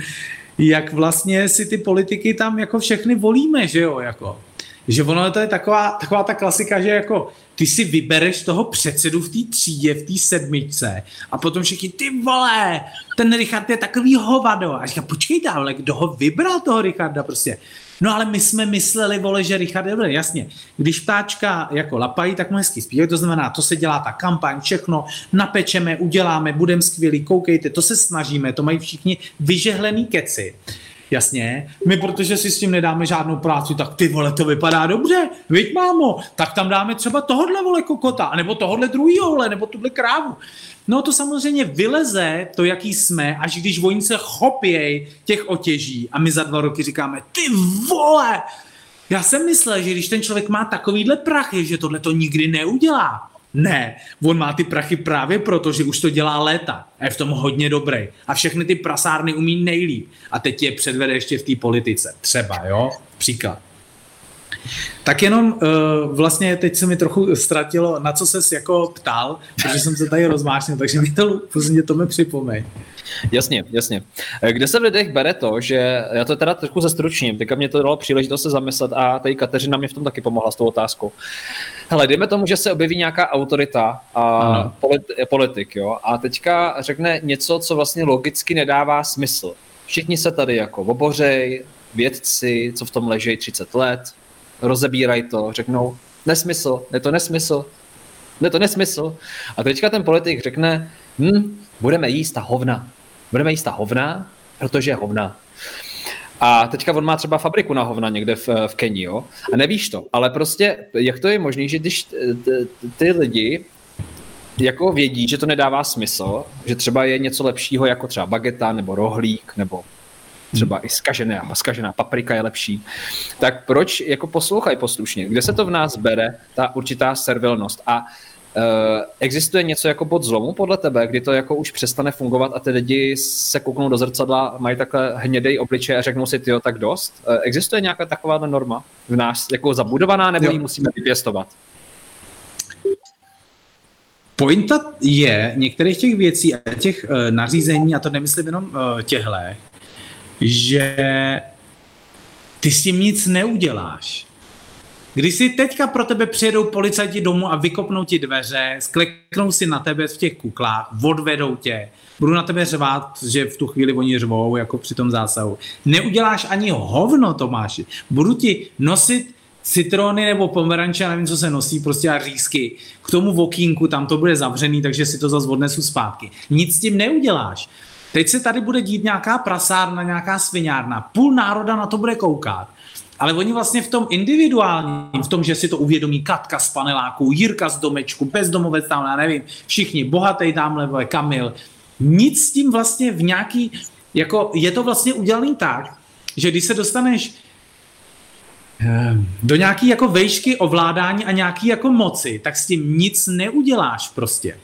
jak vlastně si ty politiky tam jako všechny volíme, že jo, jako. Že ono to je taková, taková ta klasika, že jako ty si vybereš toho předsedu v té třídě, v té sedmičce a potom všichni, ty vole, ten Richard je takový hovado. A říká, počkejte, ale kdo ho vybral toho Richarda prostě? No ale my jsme mysleli, vole, že Richard je dobrý. Jasně, když ptáčka jako lapají, tak mu hezky zpívají, to znamená, to se dělá ta kampaň, všechno, napečeme, uděláme, budeme skvělí, koukejte, to se snažíme, to mají všichni vyžehlený keci. Jasně, my protože si s tím nedáme žádnou práci, tak ty vole, to vypadá dobře, viď mámo, tak tam dáme třeba tohodle vole kokota, nebo tohodle druhýho vole, nebo tuhle krávu. No to samozřejmě vyleze to, jaký jsme, až když oni se chopěj těch otěží a my za dva roky říkáme, ty vole, já jsem myslel, že když ten člověk má takovýhle prachy, že tohle to nikdy neudělá. Ne, on má ty prachy právě proto, že už to dělá léta a je v tom hodně dobrý a všechny ty prasárny umí nejlíp a teď je předvede ještě v té politice, třeba, jo, příklad. Tak jenom uh, vlastně teď se mi trochu ztratilo, na co ses jako ptal, protože jsem se tady rozmášnil, takže mi to, mě to mi připomeň. Jasně, jasně. Kde se v lidech bere to, že já to teda trošku zestručním, teďka mě to dalo příležitost se zamyslet a tady Kateřina mě v tom taky pomohla s tou otázkou. Hele, dejme tomu, že se objeví nějaká autorita a politi- politik, jo, a teďka řekne něco, co vlastně logicky nedává smysl. Všichni se tady jako obořej, vědci, co v tom leží třicet let, rozebírají to, řeknou nesmysl, je to nesmysl, je to nesmysl. A teďka ten politik řekne, hm, budeme jíst ta hovna. Budeme jíst ta hovna, protože je hovna. A teďka on má třeba fabriku na hovna někde v, v Keni, jo? A nevíš to, ale prostě, jak to je možné, že když ty lidi jako vědí, že to nedává smysl, že třeba je něco lepšího jako třeba bageta nebo rohlík nebo třeba i zkažená, zkažená paprika je lepší, tak proč jako poslouchaj poslušně? Kde se to v nás bere, ta určitá servilnost? A uh, existuje něco jako bod zlomu podle tebe, kdy to jako už přestane fungovat a ty lidi se kouknou do zrcadla, mají takhle hnědej obličej a řeknou si, tyjo, tak dost? Uh, existuje nějaká taková norma v nás jako zabudovaná, nebo ji musíme vypěstovat? Pointa je některých těch věcí a těch uh, nařízení, a to nemyslím jenom uh, těhle, že ty s tím nic neuděláš. Když si teďka pro tebe přijedou policajti domů a vykopnou ti dveře, skleknou si na tebe v těch kuklách, odvedou tě, budou na tebe řvát, že v tu chvíli oni řvou, jako při tom zásahu. Neuděláš ani hovno, Tomáši. Budu ti nosit citrony nebo pomeranče, nevím, co se nosí, prostě a řízky. K tomu vokínku, tam to bude zavřený, takže si to zase odnesu zpátky. Nic s tím neuděláš. Teď se tady bude dít nějaká prasárna, nějaká sviňárna. Půl národa na to bude koukat. Ale oni vlastně v tom individuálním, v tom, že si to uvědomí Katka z paneláku, Jirka z domečku, bezdomovec tam, já nevím, všichni, bohatý tamhle, Kamil. Nic s tím vlastně v nějaký, jako je to vlastně udělaný tak, že když se dostaneš do nějaký jako vejšky ovládání a nějaký jako moci, tak s tím nic neuděláš prostě.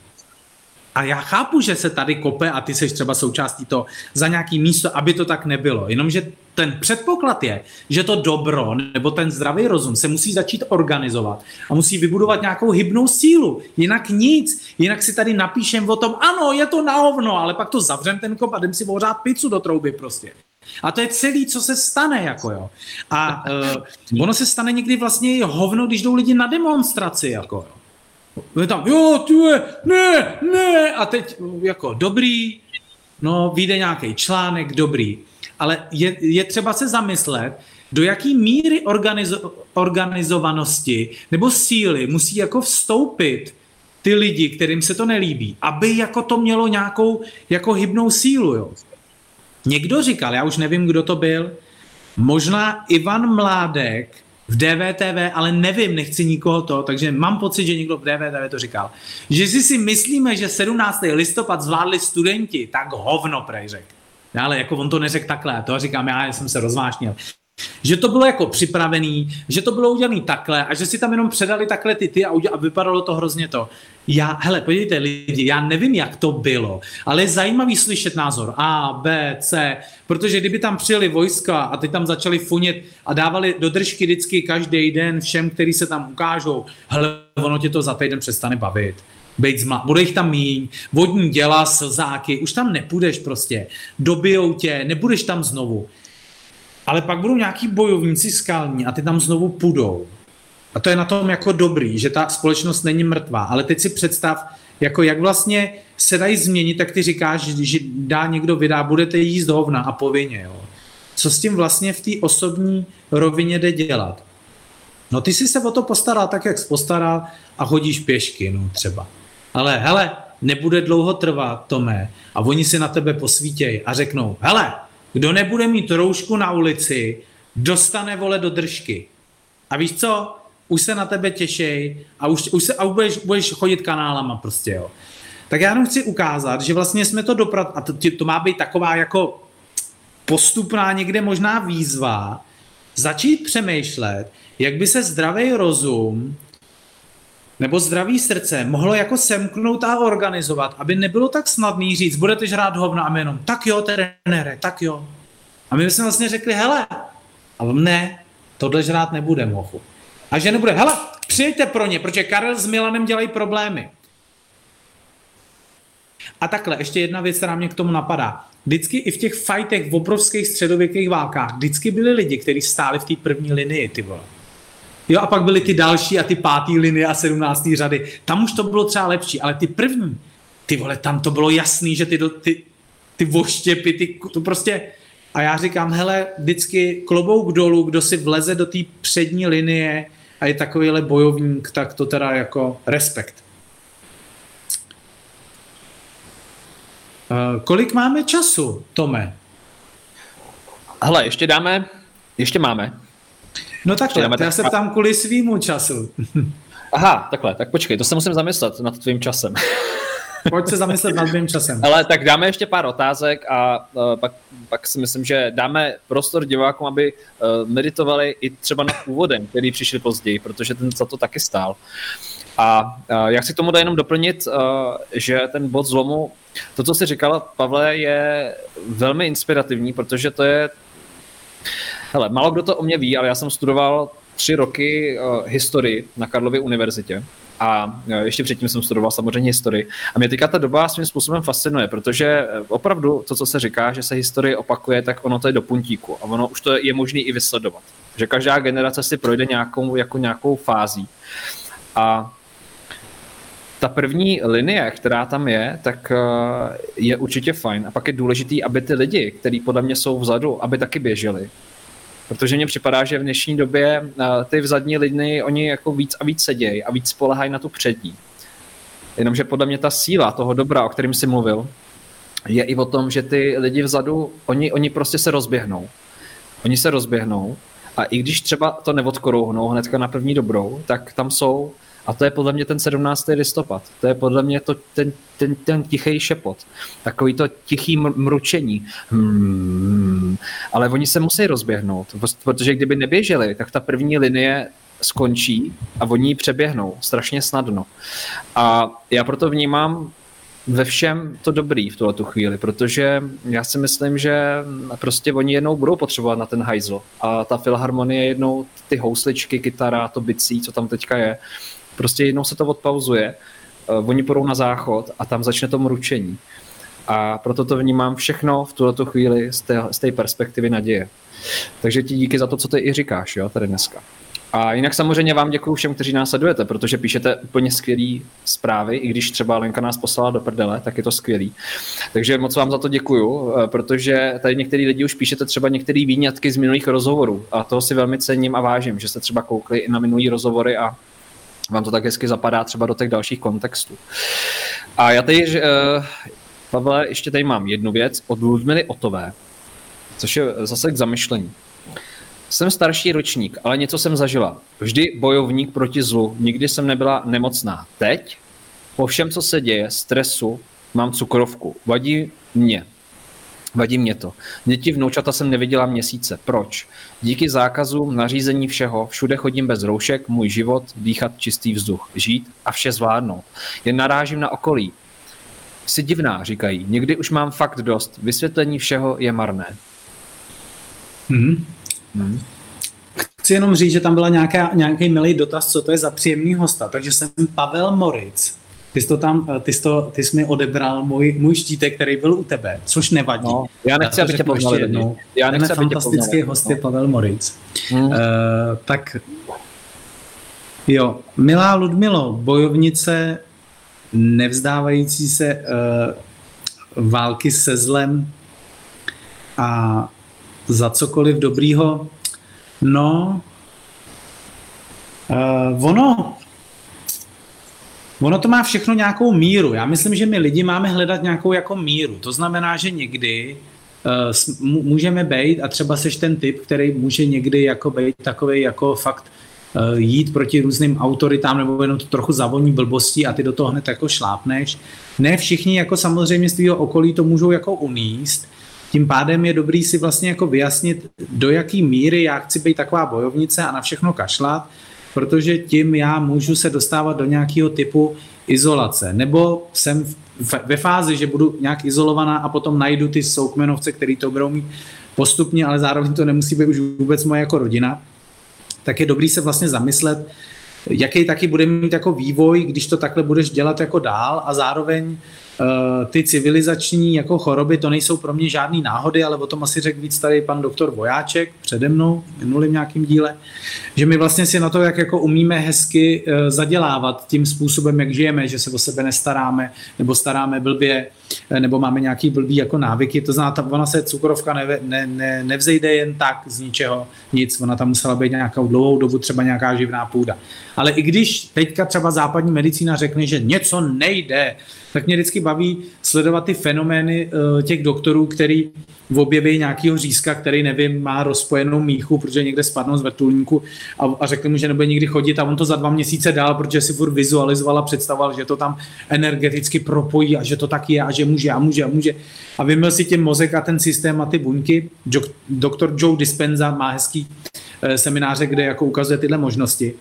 A já chápu, že se tady kope a ty seš třeba součástí toho za nějaký místo, aby to tak nebylo. Jenomže ten předpoklad je, že to dobro nebo ten zdravý rozum se musí začít organizovat a musí vybudovat nějakou hybnou sílu. Jinak nic. Jinak si tady napíšem o tom, ano, je to na hovno, ale pak to zavřem ten kop a jdem si ohřát pizzu do trouby prostě. A to je celý, co se stane, jako jo. A uh, ono se stane někdy vlastně i hovno, když jdou lidi na demonstraci, jako jo. Je tam, jo, ty je, ne, ne, a teď jako dobrý, no vyjde nějaký článek, dobrý, ale je, je třeba se zamyslet, do jaký míry organizo, organizovanosti nebo síly musí jako vstoupit ty lidi, kterým se to nelíbí, aby jako to mělo nějakou jako hybnou sílu, jo. Někdo říkal, já už nevím, kdo to byl, možná Ivan Mládek v D V T V, ale nevím, nechci nikoho to, takže mám pocit, že někdo v D V T V to říkal. Že si si myslíme, že sedmnáctého listopad zvládli studenti, tak hovno prej řek. Ale jako on to neřekl takhle, to říkám, já jsem se rozvášnil. Že to bylo jako připravený, že to bylo udělané takhle a že si tam jenom předali takhle ty ty a, uděl- a vypadalo to hrozně to. Já, hele, podívejte lidi, já nevím, jak to bylo, ale je zajímavý slyšet názor A, B, C, protože kdyby tam přijeli vojska a teď tam začali funět a dávali do držky vždycky každý den všem, který se tam ukážou, hele, ono tě to za týden přestane bavit. Bejt zmla- bude jich tam míň, vodní děla, slzáky, už tam nepůjdeš prostě, dobijou tě, nebudeš tam znovu. Ale pak budou nějaký bojovníci skalní a ty tam znovu půjdou. A to je na tom jako dobrý, že ta společnost není mrtvá. Ale teď si představ, jako jak vlastně se dají změnit, tak ty říkáš, že dá někdo vydá, budete jíst hovna a povinně. Jo. Co s tím vlastně v té osobní rovině jde dělat? No ty jsi se o to postaral tak, jak jsi postaral a chodíš pěšky, no třeba. Ale hele, nebude dlouho trvat, Tome, a oni si na tebe posvítějí a řeknou, hele, kdo nebude mít roušku na ulici, dostane vole do držky. A víš co? Už se na tebe těšej a už, už, se, a už budeš, budeš chodit kanálama prostě, jo. Tak já jenom chci ukázat, že vlastně jsme to doprat, a to, to má být taková jako postupná někde možná výzva, začít přemýšlet, jak by se zdravý rozum nebo zdravý srdce mohlo jako semknout a organizovat, aby nebylo tak snadný říct, budete žrát hovna a my jenom, tak jo, trenére, tak jo. A my jsme vlastně řekli, hele, a ne, tohle žrát nebude, mochu. A že nebude, hele, přijďte pro ně, protože Karel s Milanem dělají problémy. A takhle, ještě jedna věc, která mě k tomu napadá. Vždycky i v těch fightech v obrovských středověkých válkách, vždycky byli lidi, kteří stáli v té první linii, ty vole. Jo, a pak byly ty další a ty pátý linie a sedmnáctý řady. Tam už to bylo třeba lepší, ale ty první, ty vole, tam to bylo jasný, že ty, ty, ty voštěpy, ty, to prostě... A já říkám, hele, vždycky klobouk dolů, kdo si vleze do té přední linie a je takovýhle bojovník, tak to teda jako respekt. Uh, kolik máme času, Tome? Hele, ještě dáme, ještě máme. No takhle, já tak... se ptám kvůli svýmu času. Aha, takhle, tak počkej, to se musím zamyslet nad tvým časem. Pojď se zamyslet nad tvým časem. Ale tak dáme ještě pár otázek a uh, pak, pak si myslím, že dáme prostor divákům, aby uh, meditovali i třeba nad úvodem, který přišli později, protože ten za to taky stál. A uh, já chci k tomu dát jenom doplnit, uh, že ten bod zlomu, to, co jsi říkala, Pavle, je velmi inspirativní, protože to je... Hele, málo kdo to o mě ví, ale já jsem studoval tři roky uh, historii na Karlově univerzitě a uh, ještě předtím jsem studoval samozřejmě historii. A mě teďka ta doba svým způsobem fascinuje, protože opravdu to, co se říká, že se historie opakuje, tak ono to je do puntíku a ono už to je možné i vysledovat. Že každá generace si projde nějakou, jako nějakou fází. A ta první linie, která tam je, tak uh, je určitě fajn. A pak je důležitý, aby ty lidi, kteří podle mě jsou vzadu, aby taky běželi. Protože mně připadá, že v dnešní době uh, ty v zadní linii, oni jako víc a víc sedějí a víc spolehají na tu přední. Jenomže podle mě ta síla toho dobra, o kterém jsi mluvil, je i o tom, že ty lidi vzadu, oni, oni prostě se rozběhnou. Oni se rozběhnou a i když třeba to neodkorouhnou hnedka na první dobrou, tak tam jsou. A to je podle mě ten sedmnáctý listopad. To je podle mě to, ten, ten, ten tichý šepot. Takový to tichý mručení. Hmm. Ale oni se musí rozběhnout, protože kdyby neběželi, tak ta první linie skončí a oni ji přeběhnou strašně snadno. A já proto vnímám ve všem to dobrý v tuhletu chvíli, protože já si myslím, že prostě oni jednou budou potřebovat na ten hajzl. A ta filharmonie jednou, ty housličky, kytara, to bicí, co tam teďka je, prostě jednou se to odpauzuje, uh, oni půjdou na záchod a tam začne to mručení. A proto to vnímám všechno v tuhletu chvíli z té, z té perspektivy naděje. Takže ti díky za to, co ty i říkáš, jo, tady dneska. A jinak samozřejmě vám děkuju všem, kteří nás sledujete, protože píšete úplně skvělý zprávy, i když třeba Lenka nás poslala do prdele, tak je to skvělý. Takže moc vám za to děkuju, protože tady některý lidi už píšete třeba některé výňatky z minulých rozhovorů a toho si velmi cením a vážím, že jste třeba koukli i na minulý rozhovory a vám to tak hezky zapadá třeba do těch dalších kontextů. A já tady, uh, Pavle, ještě tady mám jednu věc od Ludmily Otové, což je zase k zamyšlení. Jsem starší ročník, ale něco jsem zažila. Vždy bojovník proti zlu, nikdy jsem nebyla nemocná. Teď, po všem, co se děje, stresu, mám cukrovku. Vadí mě. Vadí mě to. Děti, vnoučata jsem neviděla měsíce. Proč? Díky zákazům, nařízení všeho, všude chodím bez roušek, můj život, dýchat čistý vzduch, žít a vše zvládnout. Jen narážím na okolí. Jsi divná, říkají. Někdy už mám fakt dost. Vysvětlení všeho je marné. Hmm. Hmm. Chci jenom říct, že tam byla nějaká, nějaký milý dotaz, co to je za příjemný hosta. Takže jsem Pavel Moritz. Ty jsi, to tam, ty jsi, to, ty jsi mi odebral můj, můj štítek, který byl u tebe, což nevadí. No, já nechci, aby tě poznali. Já nechci, aby fantastický tě host je no. Pavel Moritz. Hmm. Uh, tak jo, milá Ludmilo, bojovnice nevzdávající se uh, války se zlem a za cokoliv dobrýho, no uh, ono ono to má všechno nějakou míru. Já myslím, že my lidi máme hledat nějakou jako míru. To znamená, že někdy uh, můžeme být a třeba seš ten typ, který může někdy jako být takovej jako fakt uh, jít proti různým autoritám nebo jenom to trochu zavoní blbostí a ty do toho hned jako šlápneš. Ne všichni jako samozřejmě z tvýho okolí to můžou jako uníst. Tím pádem je dobrý si vlastně jako vyjasnit, do jaký míry já chci být taková bojovnice a na všechno kašlat, protože tím já můžu se dostávat do nějakého typu izolace. Nebo jsem ve fázi, že budu nějak izolovaná a potom najdu ty soukmenovce, který to budou mít postupně, ale zároveň to nemusí být už vůbec moje jako rodina. tak je dobrý se vlastně zamyslet, jaký taky bude mít jako vývoj, když to takhle budeš dělat jako dál a zároveň ty civilizační jako choroby, to nejsou pro mě žádný náhody, ale o tom asi řekl víc tady pan doktor Vojáček přede mnou v minulým nějakým díle, že my vlastně si na to, jak jako umíme hezky zadělávat tím způsobem, jak žijeme, že se o sebe nestaráme, nebo staráme blbě, nebo máme nějaký blbý jako návyky, to znamená, ona se cukrovka ne, ne, ne, nevzejde jen tak z ničeho nic, ona tam musela být nějakou dlouhou dobu, třeba nějaká živná půda. Ale i když teďka třeba západní medicína řekne, že něco nejde, tak mě vždycky baví sledovat ty fenomény uh, těch doktorů, který objeví nějakýho řízka, který, nevím, má rozpojenou míchu, protože někde spadnou z vrtulníku a, a řekli mu, že nebude nikdy chodit a on to za dva měsíce dál, protože si furt vizualizoval a představoval, že to tam energeticky propojí a že to tak je a že může a může a může. A vymyl si tím mozek a ten systém a ty buňky. Doktor Joe Dispenza má hezký uh, semináře, kde jako ukazuje tyhle možnosti.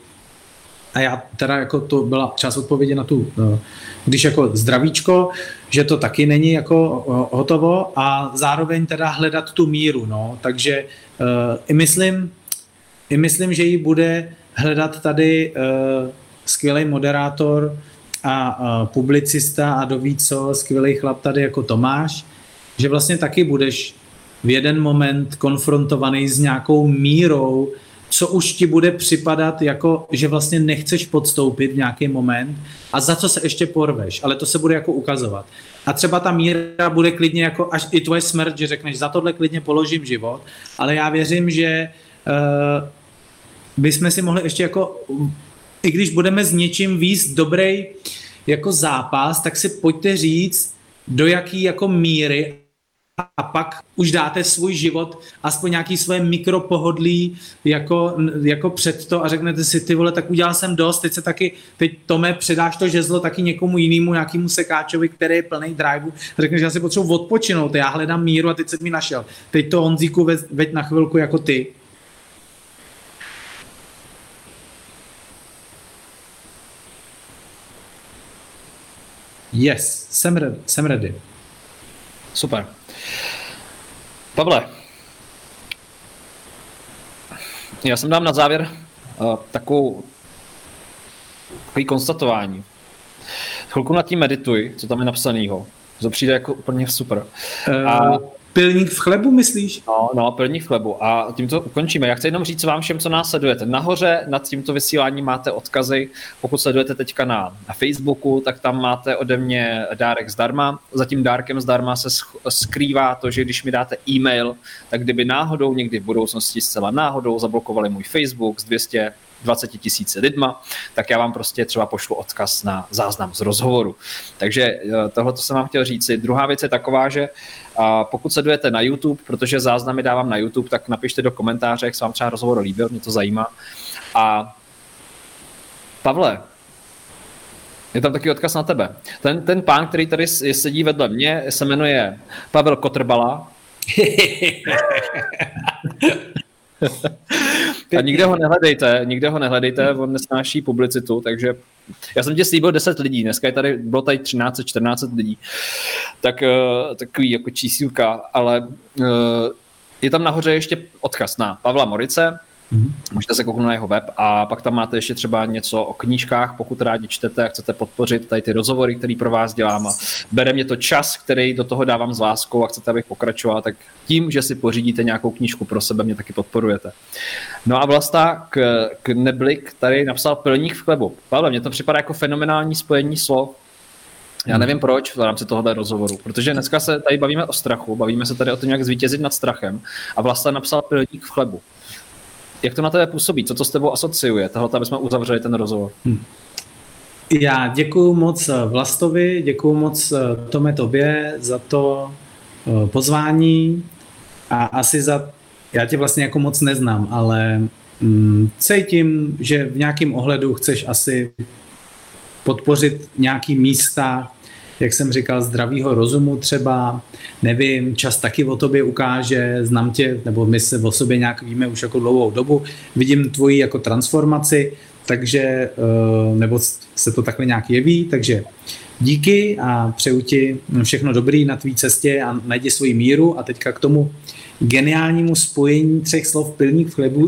A já teda jako to byla část odpovědi na tu, když jako zdravíčko, že to taky není jako hotovo a zároveň teda hledat tu míru, no, takže uh, i myslím, i myslím, že ji bude hledat tady uh, skvělý moderátor a uh, publicista a doví co, skvělý chlap tady jako Tomáš, že vlastně taky budeš v jeden moment konfrontovaný s nějakou mírou, co už ti bude připadat, jako že vlastně nechceš podstoupit v nějaký moment a za co se ještě porveš, ale to se bude jako ukazovat. A třeba ta míra bude klidně jako až i tvoje smrt, že řekneš, za tohle klidně položím život, ale já věřím, že uh, bychom si mohli ještě jako, i když budeme s něčím víc dobrý jako zápas, tak si pojďte říct, do jaký jako míry a pak už dáte svůj život, aspoň nějaký svoje mikropohodlí jako, jako před to a řeknete si, ty vole, tak udělal jsem dost, teď se taky, teď Tome, předáš to žezlo taky někomu jinému, nějakému sekáčovi, který je plný driveu, řekneš, já si potřebuji odpočinout, já hledám míru a teď jsem mi našel. Teď to Honzíku ve, veď na chvilku jako ty. Yes, jsem ready. Jsem ready. Super. Pavle, já jsem dám na závěr uh, takovou, takový konstatování. Chvilku nad tím medituj, co tam je napsanýho. To přijde jako úplně super. A pilník v chlebu, myslíš? No, no, pilník v chlebu. A tím to ukončíme. Já chci jenom říct vám všem, co nás sledujete. Nahoře nad tímto vysíláním máte odkazy. Pokud sledujete teďka na, na Facebooku, tak tam máte ode mě dárek zdarma. Za tím dárkem zdarma se skrývá to, že když mi dáte e-mail, tak kdyby náhodou někdy v budoucnosti zcela náhodou zablokovali můj Facebook s dvě stě dvacet tisíc lidma, tak já vám prostě třeba pošlu odkaz na záznam z rozhovoru. Takže tohle jsem vám chtěl říci. Druhá věc je taková, že pokud sledujete na YouTube, protože záznamy dávám na YouTube, tak napište do komentáře, jak se vám třeba rozhovor líbil, mě to zajímá. A Pavle, je tam taky odkaz na tebe. Ten, ten pán, který tady sedí vedle mě, se jmenuje Pavel Kotrbala. A nikde ho nehledejte, nikde ho nehledejte, on nesnáší publicitu, takže já jsem tě slíbil deset lidí, dneska je tady, bylo tady třináct čtrnáct lidí, tak takový jako čísílka, ale je tam nahoře ještě odkaz na Pavla Morice, mm-hmm. Můžete se kouknout na jeho web a pak tam máte ještě třeba něco o knížkách, pokud rádi čtete a chcete podpořit tady ty rozhovory, který pro vás dělám a bere mě to čas, který do toho dávám s láskou a chcete, abych pokračoval, tak tím, že si pořídíte nějakou knížku pro sebe, mě taky podporujete. No a Vlasta k, k Neblik tady napsal pilník v chlebu. Pavle, mně to připadá jako fenomenální spojení slov. Já nevím proč v rámci tohohle rozhovoru, protože dneska se tady bavíme o strachu, bavíme se tady o tom, jak zvítězit nad strachem a Vlasta napsal pilník v chlebu. Jak to na tebe působí? Co to s tebou asociuje? Tohle, aby jsme uzavřeli ten rozhovor. Hmm. Já děkuju moc Vlastovi, děkuju moc Tome tobě za to pozvání a asi za, já tě vlastně jako moc neznám, ale mm, cítím, že v nějakém ohledu chceš asi podpořit nějaký místa, jak jsem říkal, zdravýho rozumu třeba, nevím, čas taky o tobě ukáže, znám tě, nebo my se o sobě nějak víme už jako dlouhou dobu, vidím tvoji jako transformaci, takže, nebo se to takhle nějak jeví, takže díky a přeju ti všechno dobrý na tvý cestě a najdi svoji míru a teďka k tomu geniálnímu spojení třech slov pilník v chlebu,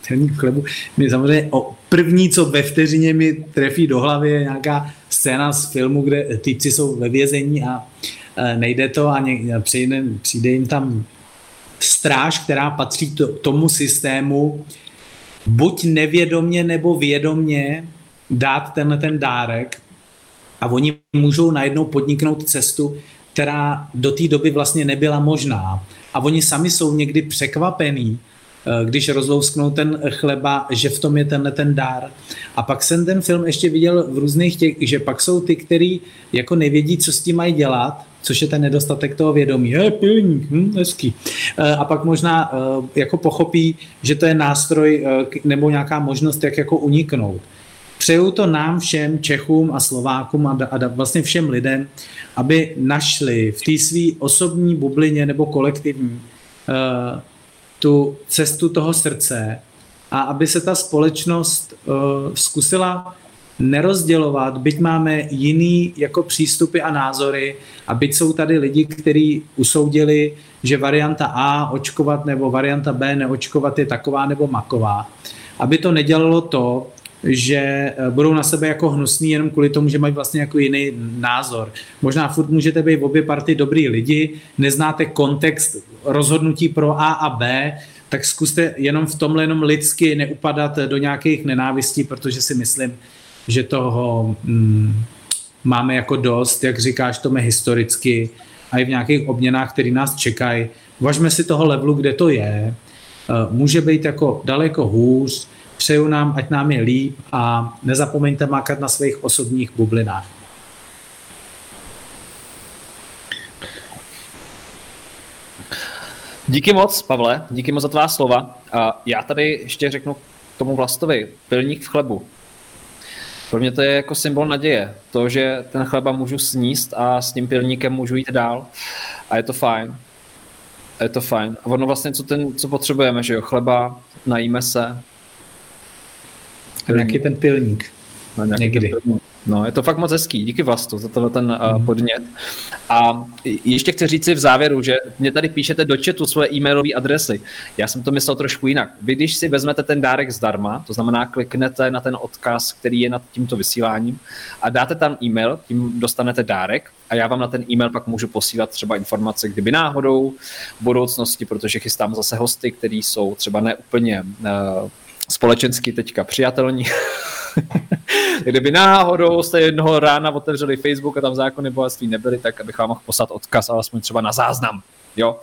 pilník v chlebu. My samozřejmě o první, co ve vteřině mi trefí do hlavy, je nějaká scéna z filmu, kde typci jsou ve vězení a nejde to a ně, přijde, přijde jim tam stráž, která patří to, tomu systému, buď nevědomě nebo vědomě dát tenhle ten dárek a oni můžou najednou podniknout cestu, která do té doby vlastně nebyla možná. A oni sami jsou někdy překvapení, když rozlousknou ten chleba, že v tom je tenhle ten dár. A pak jsem ten film ještě viděl v různých těch, že pak jsou ty, kteří jako nevědí, co s tím mají dělat, což je ten nedostatek toho vědomí. Je, pilník, hm, hezký. A pak možná jako pochopí, že to je nástroj nebo nějaká možnost, jak jako uniknout. Přeju to nám všem Čechům a Slovákům a, a vlastně všem lidem, aby našli v té své osobní bublině nebo kolektivní uh, tu cestu toho srdce a aby se ta společnost uh, zkusila nerozdělovat, byť máme jiný jako přístupy a názory a byť jsou tady lidi, kteří usoudili, že varianta A očkovat nebo varianta B neočkovat je taková nebo maková. Aby to nedělalo to, že budou na sebe jako hnusný jenom kvůli tomu, že mají vlastně jako jiný názor. Možná furt můžete být v obě party dobrý lidi, neznáte kontext rozhodnutí pro A a B, tak zkuste jenom v tomhle jenom lidsky neupadat do nějakých nenávistí, protože si myslím, že toho mm, máme jako dost, jak říkáš, Tome, historicky a i v nějakých obměnách, které nás čekají. Važme si toho levelu, kde to je. Může být jako daleko hůř, přeju nám, ať nám je líp a nezapomeňte mákat na svých osobních bublinách. Díky moc, Pavle, díky moc za tvá slova. A já tady ještě řeknu k tomu Vlastovi, pilník v chlebu. Pro mě to je jako symbol naděje. To, že ten chleba můžu sníst a s tím pilníkem můžu jít dál. A je to fajn. Je to fajn. A ono vlastně, co, ten, co potřebujeme, že jo, chleba, najíme se. Nějaký ten pilník. No, někdy. No, je to fakt moc hezký. Díky Vlastu za tohle ten uh, mm. podnět. A ještě chci říct si v závěru, že mě tady píšete do chatu svoje e-mailové adresy. Já jsem to myslel trošku jinak. Vy, když si vezmete ten dárek zdarma, to znamená, kliknete na ten odkaz, který je nad tímto vysíláním a dáte tam e-mail, tím dostanete dárek a já vám na ten e-mail pak můžu posílat třeba informace, kdyby náhodou v budoucnosti, protože chystám zase hosty, kteří jsou třeba neúplně uh, společensky teďka přijatelní. Kdyby náhodou jste jednoho rána otevřeli Facebook a tam zákony bohatství nebyly, tak abych vám mohl poslat odkaz, alespoň třeba na záznam. Jo?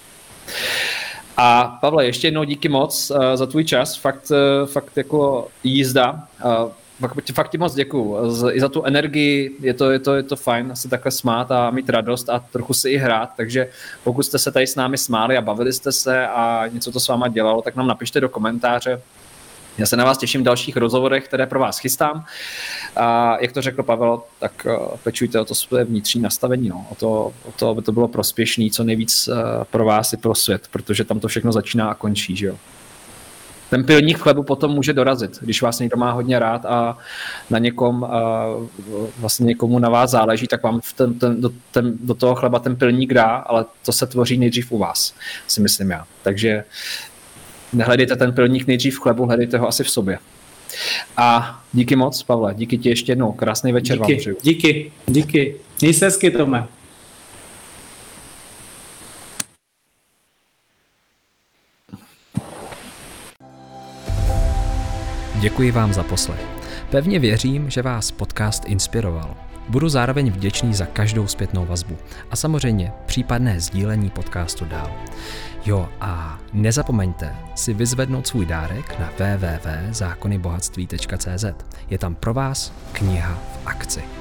A Pavle, ještě jednou díky moc uh, za tvůj čas, fakt, uh, fakt jako jízda. Uh, fakt, fakt ti moc děkuju. Z, I za tu energii, je to, je, to, je to fajn se takhle smát a mít radost a trochu si i hrát, takže pokud jste se tady s námi smáli a bavili jste se a něco to s váma dělalo, tak nám napište do komentáře. Já se na vás těším v dalších rozhovorech, které pro vás chystám. A jak to řekl Pavel, tak pečujte o to své vnitřní nastavení, no. o, to, o to, aby to bylo prospěšný, co nejvíc pro vás i pro svět, protože tam to všechno začíná a končí. Že jo? Ten pilník v chlebu potom může dorazit, když vás někdo má hodně rád a na někom, a vlastně někomu na vás záleží, tak vám ten, ten, do, ten, do toho chleba ten pilník dá, ale to se tvoří nejdřív u vás, si myslím já. Takže nehledejte ten pilník nejdřív v chlebu, hledejte ho asi v sobě. A díky moc, Pavle, díky ti ještě jednou. Krásný večer díky, vám přeju. Díky, díky. Měj se hezky, Tome. Děkuji vám za poslech. Pevně věřím, že vás podcast inspiroval. Budu zároveň vděčný za každou zpětnou vazbu a samozřejmě případné sdílení podcastu dál. Jo, a nezapomeňte si vyzvednout svůj dárek na w w w tečka zákony bohatství tečka c z. Je tam pro vás kniha v akci.